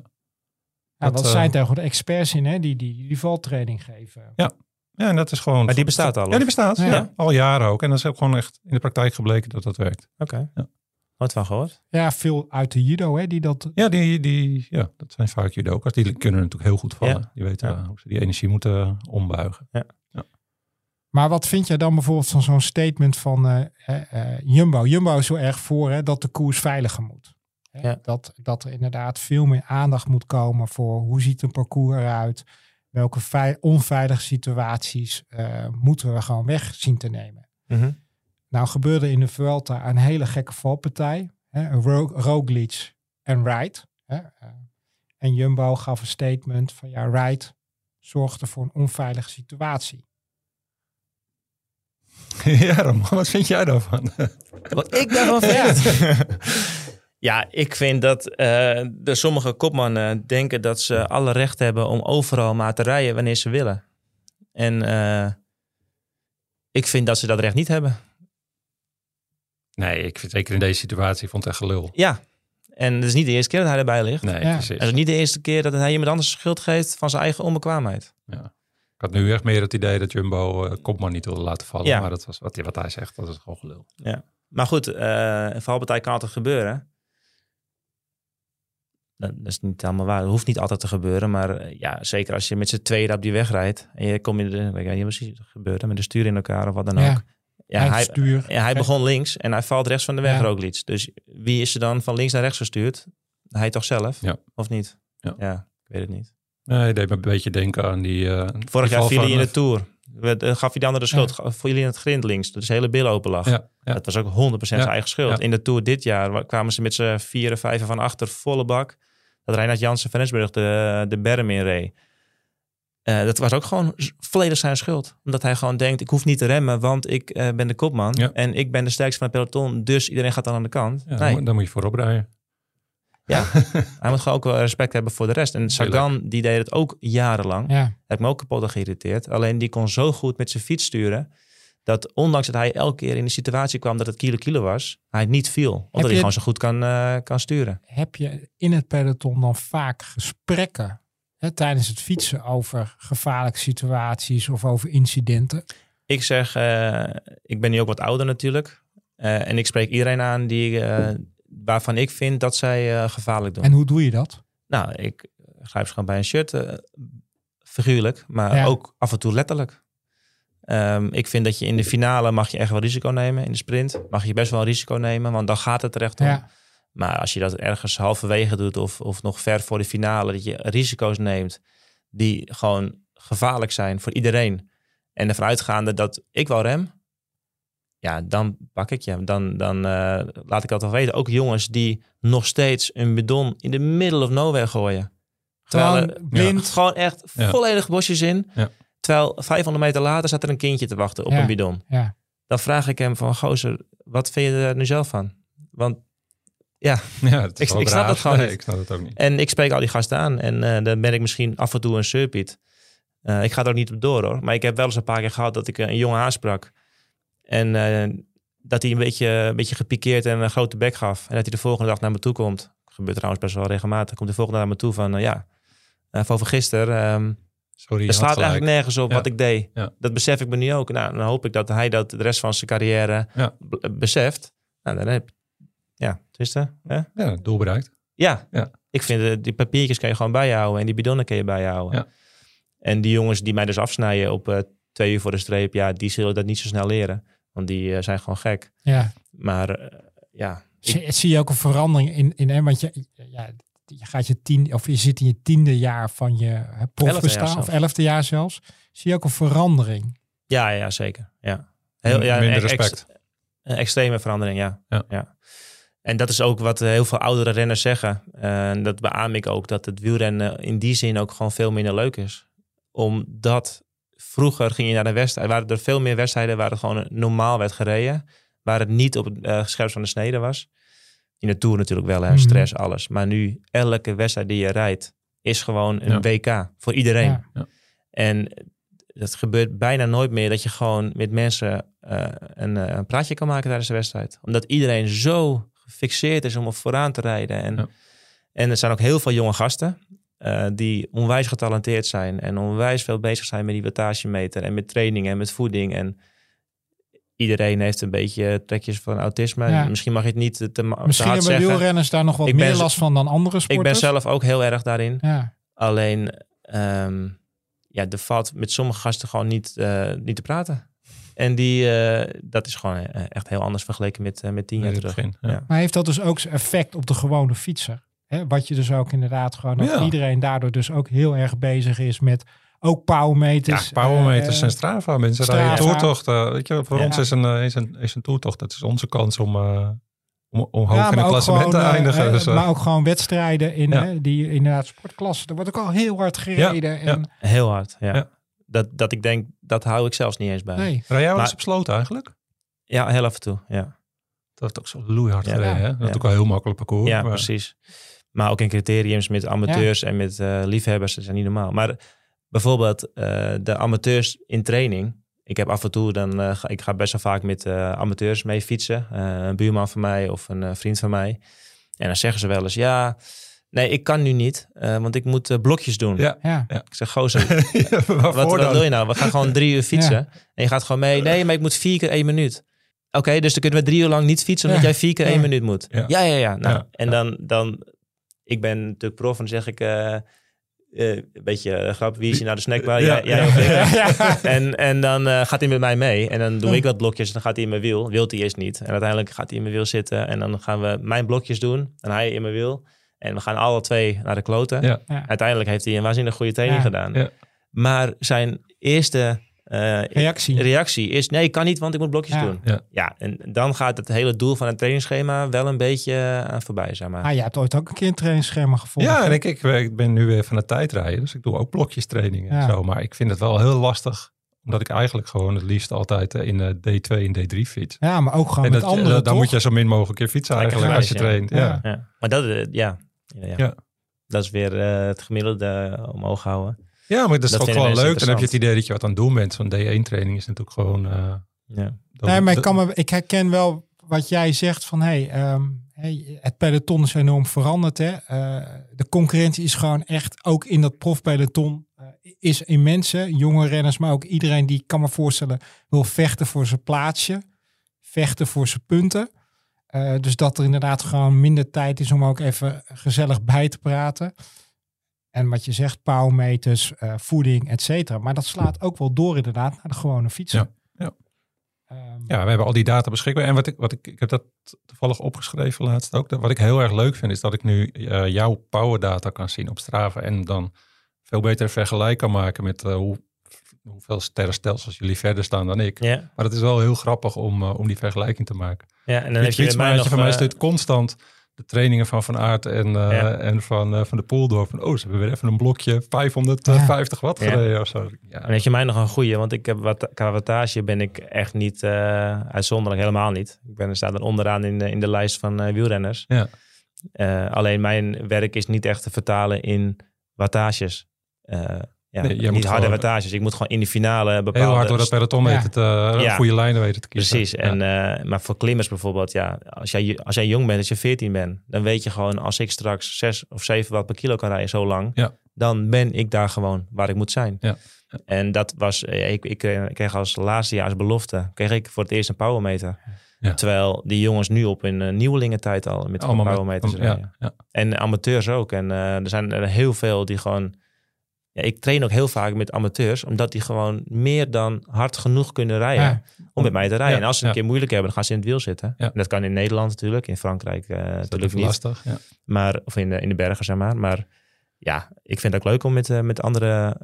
Dat zijn tegenwoordig experts in, hè, die valtraining geven. Ja, en dat is gewoon... Maar die bestaat al? Ja, die bestaat. Ja. Al jaren ook. En dat is ook gewoon echt in de praktijk gebleken dat dat werkt. Oké. Ja. Wat van gehoord? Ja, veel uit de judo, hè, die dat... Ja, dat zijn vaak judoka's. Die kunnen natuurlijk heel goed vallen. Ja. Die weten hoe ze die energie moeten ombuigen. Ja. Ja. Maar wat vind jij dan bijvoorbeeld van zo'n statement van Jumbo? Jumbo is zo erg voor dat de koers veiliger moet. Ja. Dat er inderdaad veel meer aandacht moet komen voor hoe ziet een parcours eruit. Welke onveilige situaties moeten we gewoon weg zien te nemen. Mm-hmm. Nou gebeurde in de Vuelta een hele gekke valpartij. Roglic en Wright. En Jumbo gaf een statement van Wright zorgde voor een onveilige situatie. Ja, Ramon, wat vind jij daarvan? Wat ik daarvan vind? Ja, ik vind dat de sommige kopmannen denken dat ze alle recht hebben om overal maar te rijden wanneer ze willen. En ik vind dat ze dat recht niet hebben. Nee, ik vind zeker in deze situatie vond het echt gelul. Ja, en het is niet de eerste keer dat hij erbij ligt. Nee, precies. Het is niet de eerste keer dat hij iemand anders schuld geeft van zijn eigen onbekwaamheid. Ja. Ik had nu echt meer het idee dat Jumbo kopman niet wilde laten vallen. Ja. Maar dat was wat hij zegt, dat is gewoon gelul. Ja. Maar goed, een valpartij kan altijd gebeuren. Dat is niet helemaal waar. Dat hoeft niet altijd te gebeuren. Maar zeker als je met z'n tweeën op die weg rijdt. En je komt in de... Ik weet niet precies wat er gebeurt. Met de stuur in elkaar of wat dan ook. Hij begon links en hij valt rechts van de weg Roglič. Dus wie is er dan van links naar rechts gestuurd? Hij toch zelf? Ja. Of niet? Ja, ik weet het niet. Nee, hij deed me een beetje denken aan die... Vorig jaar viel hij in de Tour. Gaf hij de andere schuld. Viel hij in het grind links. Dus de hele bil open lag. Ja. Dat was ook 100% zijn eigen schuld. Ja. In de Tour dit jaar kwamen ze met z'n 4 en 5 van achter volle bak. Dat Reinhard Jansen van Rensburg de berm in reed. Dat was ook gewoon volledig zijn schuld. Omdat hij gewoon denkt, ik hoef niet te remmen, want ik ben de kopman. Ja. En ik ben de sterkste van het peloton, dus iedereen gaat dan aan de kant. Ja, nee. Dan moet je voorop rijden. Ja, hij moet gewoon ook wel respect hebben voor de rest. En Sagan, die deed het ook jarenlang. Ja. Heb me ook kapot geïrriteerd. Alleen die kon zo goed met zijn fiets sturen, dat ondanks dat hij elke keer in de situatie kwam dat het kilo was, hij niet viel. Omdat hij gewoon zo goed kan sturen. Heb je in het peloton dan vaak gesprekken tijdens het fietsen over gevaarlijke situaties of over incidenten? Ik zeg, ik ben nu ook wat ouder natuurlijk. En ik spreek iedereen aan waarvan ik vind dat zij gevaarlijk doen. En hoe doe je dat? Nou, ik grijp ze gewoon bij een shirt, figuurlijk, maar ook af en toe letterlijk. Ik vind dat je in de finale mag je echt wel risico nemen. In de sprint mag je best wel een risico nemen, want dan gaat het er echt om. Ja. Maar als je dat ergens halverwege doet of nog ver voor de finale, dat je risico's neemt die gewoon gevaarlijk zijn voor iedereen. En ervan uitgaande dat ik wel rem, ja, dan pak ik je. Dan laat ik dat wel weten. Ook jongens die nog steeds een bidon in de middle of nowhere gooien. Terwijl blind. Gewoon echt volledig bosjes in. Ja. Terwijl 500 meter later staat er een kindje te wachten op een bidon. Ja. Dan vraag ik hem van, gozer, wat vind je er nu zelf van? Want ik snap dat gewoon niet. Ik snap het ook niet. En ik spreek al die gasten aan. En dan ben ik misschien af en toe een surpiet. Ik ga er ook niet op door hoor. Maar ik heb wel eens een paar keer gehad dat ik een jongen aansprak. En dat hij een beetje gepikeerd en een grote bek gaf. En dat hij de volgende dag naar me toe komt. Dat gebeurt trouwens best wel regelmatig. Komt de volgende dag naar me toe van van gisteren. Sorry, er slaat eigenlijk nergens op wat ik deed. Ja. Dat besef ik me nu ook. Nou, dan hoop ik dat hij dat de rest van zijn carrière beseft. Nou, dan heb het is er. Ja, doel bereikt. Ja. Ik vind die papiertjes kan je gewoon bijhouden. En die bidonnen kan je bijhouden. Ja. En die jongens die mij dus afsnijden op 2 uur voor de streep. Die zullen dat niet zo snel leren. Want die zijn gewoon gek. Ja. Maar Zie je ook een verandering in want je gaat je zit in je 10e jaar van je profbestaan. Of 11e jaar zelfs. Zie je ook een verandering? Ja, zeker. Ja. Minder respect. Een extreme verandering, ja. En dat is ook wat heel veel oudere renners zeggen. En dat beaam ik ook. Dat het wielrennen in die zin ook gewoon veel minder leuk is. Omdat vroeger ging je naar de wedstrijd. Waren er veel meer wedstrijden waar het gewoon normaal werd gereden. Waar het niet op het scherpst van de snede was. In de Tour natuurlijk wel, stress, alles. Maar nu, elke wedstrijd die je rijdt, is gewoon een WK voor iedereen. Ja. En het gebeurt bijna nooit meer dat je gewoon met mensen een praatje kan maken tijdens de wedstrijd. Omdat iedereen zo gefixeerd is om op vooraan te rijden. En er zijn ook heel veel jonge gasten die onwijs getalenteerd zijn. En onwijs veel bezig zijn met die wattagemeter en met training en met voeding. En iedereen heeft een beetje trekjes van autisme. Ja. Misschien mag je het niet te hard zeggen. Misschien hebben wielrenners daar nog wat meer last van dan andere sporters. Ik ben zelf ook heel erg daarin. Ja. Alleen, er valt met sommige gasten gewoon niet te praten. En dat is gewoon echt heel anders vergeleken met 10 jaar terug. Ja. Maar heeft dat dus ook effect op de gewone fietser? Hè? Wat je dus ook inderdaad gewoon... iedereen daardoor dus ook heel erg bezig is met... Ook powermeters. Ja, powermeters en Strava. Mensen rijden een toertocht. Weet je, voor ons is een toertocht. Dat is onze kans om hoog in het klassement te eindigen. Dus, maar ook gewoon wedstrijden in die inderdaad sportklassen. Er wordt ook al heel hard gereden. En... Heel hard, ja. Dat ik denk, dat hou ik zelfs niet eens bij. Nee. Rij jij wel eens op sloot eigenlijk? Ja, heel af en toe, ja. Dat is ook zo loeihard gereden, hè? Dat is ook wel heel makkelijk parcours. Ja, maar... precies. Maar ook in criteriums met amateurs en met liefhebbers. Dat is niet normaal. Maar... Bijvoorbeeld de amateurs in training. Ik heb af en toe ik ga best wel vaak met amateurs mee fietsen. Een buurman van mij of een vriend van mij. En dan zeggen ze wel eens, nee, ik kan nu niet, want ik moet blokjes doen. Ja. Ik zeg, gozer, wat wil je nou? We gaan gewoon 3 uur fietsen. Ja. En je gaat gewoon mee. Nee, maar ik moet 4 keer 1 minuut. Oké, dus dan kunnen we 3 uur lang niet fietsen, omdat jij 4 keer 1 minuut moet. Ja. Nou, en dan, ik ben natuurlijk prof en dan zeg ik... een beetje grap, wie is hier naar de snackbar? Jij of ik? En dan gaat hij met mij mee. En dan doe ik wat blokjes en dan gaat hij in mijn wiel. Wilt hij eerst niet. En uiteindelijk gaat hij in mijn wiel zitten. En dan gaan we mijn blokjes doen. En hij in mijn wiel. En we gaan alle twee naar de kloten. Ja. Uiteindelijk heeft hij een waanzinnig goede training gedaan. Ja. Maar zijn eerste reactie is... nee, ik kan niet, want ik moet blokjes doen. Ja, en dan gaat het hele doel van het trainingsschema wel een beetje aan voorbij, zeg maar. Je hebt ooit ook een keer een trainingsschema gevonden. Ja, en ik ben nu weer van de tijdrijden. Dus ik doe ook blokjes trainingen en zo. Maar ik vind het wel heel lastig... omdat ik eigenlijk gewoon het liefst altijd in D2 en D3 fiets. Ja, maar ook gewoon met anderen, dan moet je zo min mogelijk keer fietsen eigenlijk als je traint. Ja. Maar dat is weer het gemiddelde omhoog houden. Ja, maar dat is ook gewoon leuk. Dan heb je het idee dat je wat aan het doen bent. Zo'n D1-training is natuurlijk gewoon... maar ik herken wel wat jij zegt van... het peloton is enorm veranderd. Hè? De concurrentie is gewoon echt, ook in dat profpeloton... is immens. Jonge renners, maar ook iedereen die, kan me voorstellen... wil vechten voor zijn plaatsje. Vechten voor zijn punten. Dus dat er inderdaad gewoon minder tijd is... om ook even gezellig bij te praten... En wat je zegt, powermeters, voeding, et cetera. Maar dat slaat ook wel door inderdaad naar de gewone fietser. Ja, we hebben al die data beschikbaar. En ik heb dat toevallig opgeschreven laatst ook. Wat ik heel erg leuk vind, is dat ik nu jouw powerdata kan zien op Strava. En dan veel beter vergelijk kan maken met hoeveel sterrenstelsels jullie verder staan dan ik. Ja. Maar het is wel heel grappig om die vergelijking te maken. Ja, en dan heb je mij nog... Van mij stuurt constant... de trainingen van Van Aert en van de Poel door. Van, ze hebben weer even een blokje 550 watt gereden of zo. Ja. En heb je mij nog een goeie, want ik heb qua wattage ben ik echt niet uitzonderlijk, helemaal niet. Ik sta er onderaan in de lijst van wielrenners. Ja. Alleen mijn werk is niet echt te vertalen in wattages. Niet harde wattages. Ik moet gewoon in de finale bepaalde... Heel hard door dat peloton goede lijnen weten te kiezen. Precies. En, maar voor klimmers bijvoorbeeld, als jij jong bent, als je 14 bent, dan weet je gewoon, als ik straks 6 of 7 watt per kilo kan rijden zo lang, dan ben ik daar gewoon waar ik moet zijn. Ja. En dat was, ik kreeg als laatste jaar als belofte, kreeg ik voor het eerst een powermeter. Ja. Terwijl die jongens nu op een nieuwelingentijd al met powermeters rijden. Ja. En amateurs ook. En er zijn er heel veel die gewoon... Ja, ik train ook heel vaak met amateurs, omdat die gewoon meer dan hard genoeg kunnen rijden om met mij te rijden. En als ze een keer moeilijk hebben, dan gaan ze in het wiel zitten. Ja. En dat kan in Nederland natuurlijk, in Frankrijk natuurlijk niet. Lastig, ja. Maar, of in de bergen, zeg maar. Maar ja, ik vind het ook leuk om met andere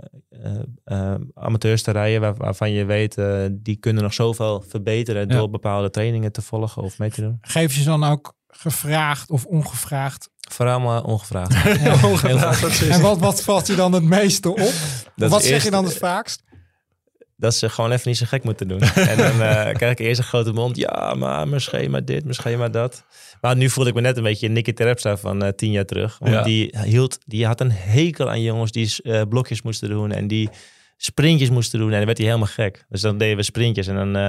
amateurs te rijden, waarvan je weet, die kunnen nog zoveel verbeteren door bepaalde trainingen te volgen of mee te doen. Geef je dan ook gevraagd of ongevraagd? Vooral maar ongevraagd. Ongevraagd. En wat valt je dan het meeste op? Wat zeg je dan het vaakst? Dat ze gewoon even niet zo gek moeten doen. En dan krijg ik eerst een grote mond. Ja, maar mijn schema dit, mijn schema dat. Maar nu voelde ik me net een beetje Nicky Terpstra van 10 jaar terug. Want die had een hekel aan jongens die blokjes moesten doen. En die sprintjes moesten doen. En dan werd hij helemaal gek. Dus dan deden we sprintjes. En dan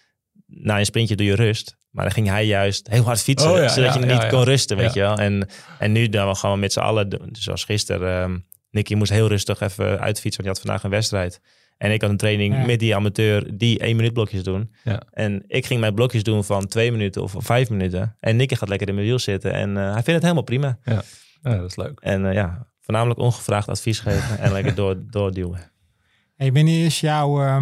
na een sprintje doe je rust. Maar dan ging hij juist heel hard fietsen. Zodat je niet kon rusten, weet je wel. En nu dan we gewoon met z'n allen. Zoals gisteren. Nicky moest heel rustig even uitfietsen. Want die had vandaag een wedstrijd. En ik had een training met die amateur die 1 minuut blokjes doen. Ja. En ik ging mijn blokjes doen van 2 minuten of 5 minuten. En Nicky gaat lekker in mijn wiel zitten. En hij vindt het helemaal prima. Ja, dat is leuk. En voornamelijk ongevraagd advies geven. En lekker doorduwen. Hey, wanneer is jouw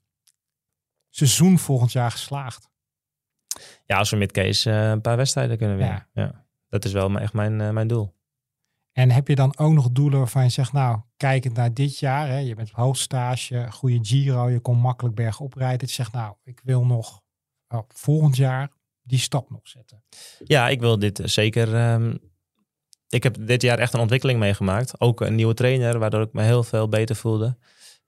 seizoen volgend jaar geslaagd? Ja, als we met Kees een paar wedstrijden kunnen winnen. Ja. Dat is wel echt mijn doel. En heb je dan ook nog doelen waarvan je zegt, nou, kijkend naar dit jaar, hè, je bent op hoogstage, goede Giro, je kon makkelijk bergop rijden. Dat je zegt, nou, ik wil nog volgend jaar die stap nog zetten. Ja, ik wil dit zeker. Ik heb dit jaar echt een ontwikkeling meegemaakt. Ook een nieuwe trainer, waardoor ik me heel veel beter voelde.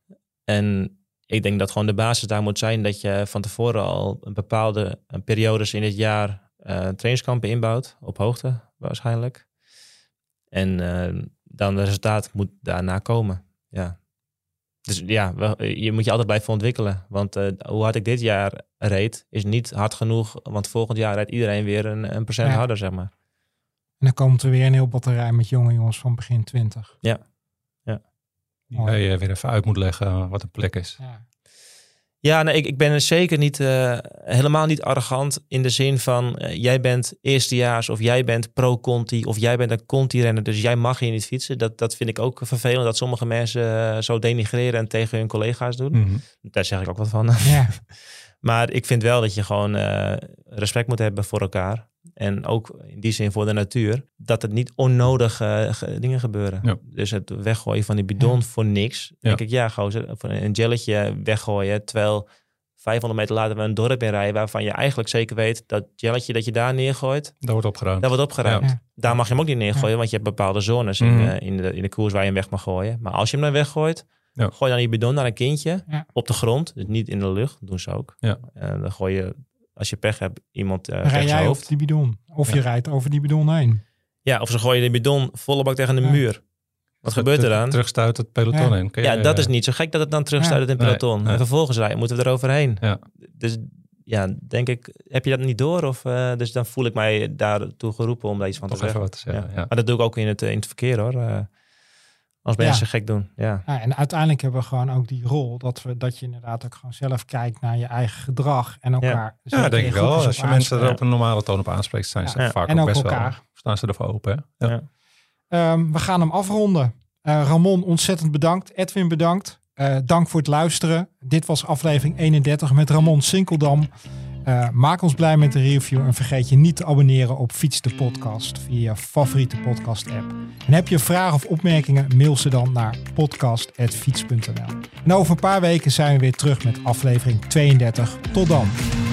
En ik denk dat gewoon de basis daar moet zijn dat je van tevoren al een bepaalde periodes in het jaar trainingskampen inbouwt, op hoogte waarschijnlijk. En dan het resultaat moet daarna komen. Ja. Dus ja, je moet je altijd blijven ontwikkelen. Want hoe hard ik dit jaar reed, is niet hard genoeg. Want volgend jaar rijdt iedereen weer een procent harder, zeg maar. En dan komt er weer een heel batterij met jonge jongens van begin 20. Ja. Die je weer even uit moet leggen wat een plek is. Ja, nee, ik ben zeker niet, helemaal niet arrogant in de zin van jij bent eerstejaars of jij bent pro-Conti of jij bent een Conti-renner, dus jij mag hier niet fietsen. Dat vind ik ook vervelend dat sommige mensen zo denigreren en tegen hun collega's doen. Mm-hmm. Daar zeg ik ook wat van. Ja. Maar ik vind wel dat je gewoon respect moet hebben voor elkaar. En ook in die zin voor de natuur. Dat het niet onnodig dingen gebeuren. Ja. Dus het weggooien van die bidon voor niks. Denk ik, gozer, een jelletje weggooien. Terwijl 500 meter later we een dorp in rijden. Waarvan je eigenlijk zeker weet dat jelletje dat je daar neergooit. Dat wordt opgeruimd. Dat wordt opgeruimd. Ja. Daar mag je hem ook niet neergooien. Want je hebt bepaalde zones in de koers waar je hem weg mag gooien. Maar als je hem dan weggooit. Ja. Gooi dan die bidon naar een kindje. Ja. Op de grond. Dus niet in de lucht. Dat doen ze ook. Ja. Dan gooi je, als je pech hebt, iemand Rij rechts zijn jij hoofd. op die bidon. Of je rijdt over die bidon heen. Ja, of ze gooien de bidon volle bak tegen de muur. Wat gebeurt er dan? Terugstuit het peloton in. Ja, dat is niet zo gek dat het dan terugstuit in het peloton. Nee. En vervolgens moeten we eroverheen. Ja. Dus ja, denk ik, heb je dat niet door? Of, dus dan voel ik mij daartoe geroepen om daar iets van Toch te zeggen. even wat te zeggen. Ja. Maar dat doe ik ook in het verkeer hoor. Als mensen gek doen. Ja. Ja, en uiteindelijk hebben we gewoon ook die rol dat je inderdaad ook gewoon zelf kijkt naar je eigen gedrag en elkaar. Ja, denk ik wel. Als je mensen er op een normale toon op aanspreekt, zijn ze vaak en ook best elkaar. wel. Staan ze ervoor open. Hè? Ja. We gaan hem afronden. Ramon, ontzettend bedankt. Edwin, bedankt. Dank voor het luisteren. Dit was aflevering 31 met Ramon Sinkeldam. Maak ons blij met de review en vergeet je niet te abonneren op Fiets de Podcast via je favoriete podcast app. En heb je vragen of opmerkingen, mail ze dan naar podcast@fiets.nl. En over een paar weken zijn we weer terug met aflevering 32. Tot dan.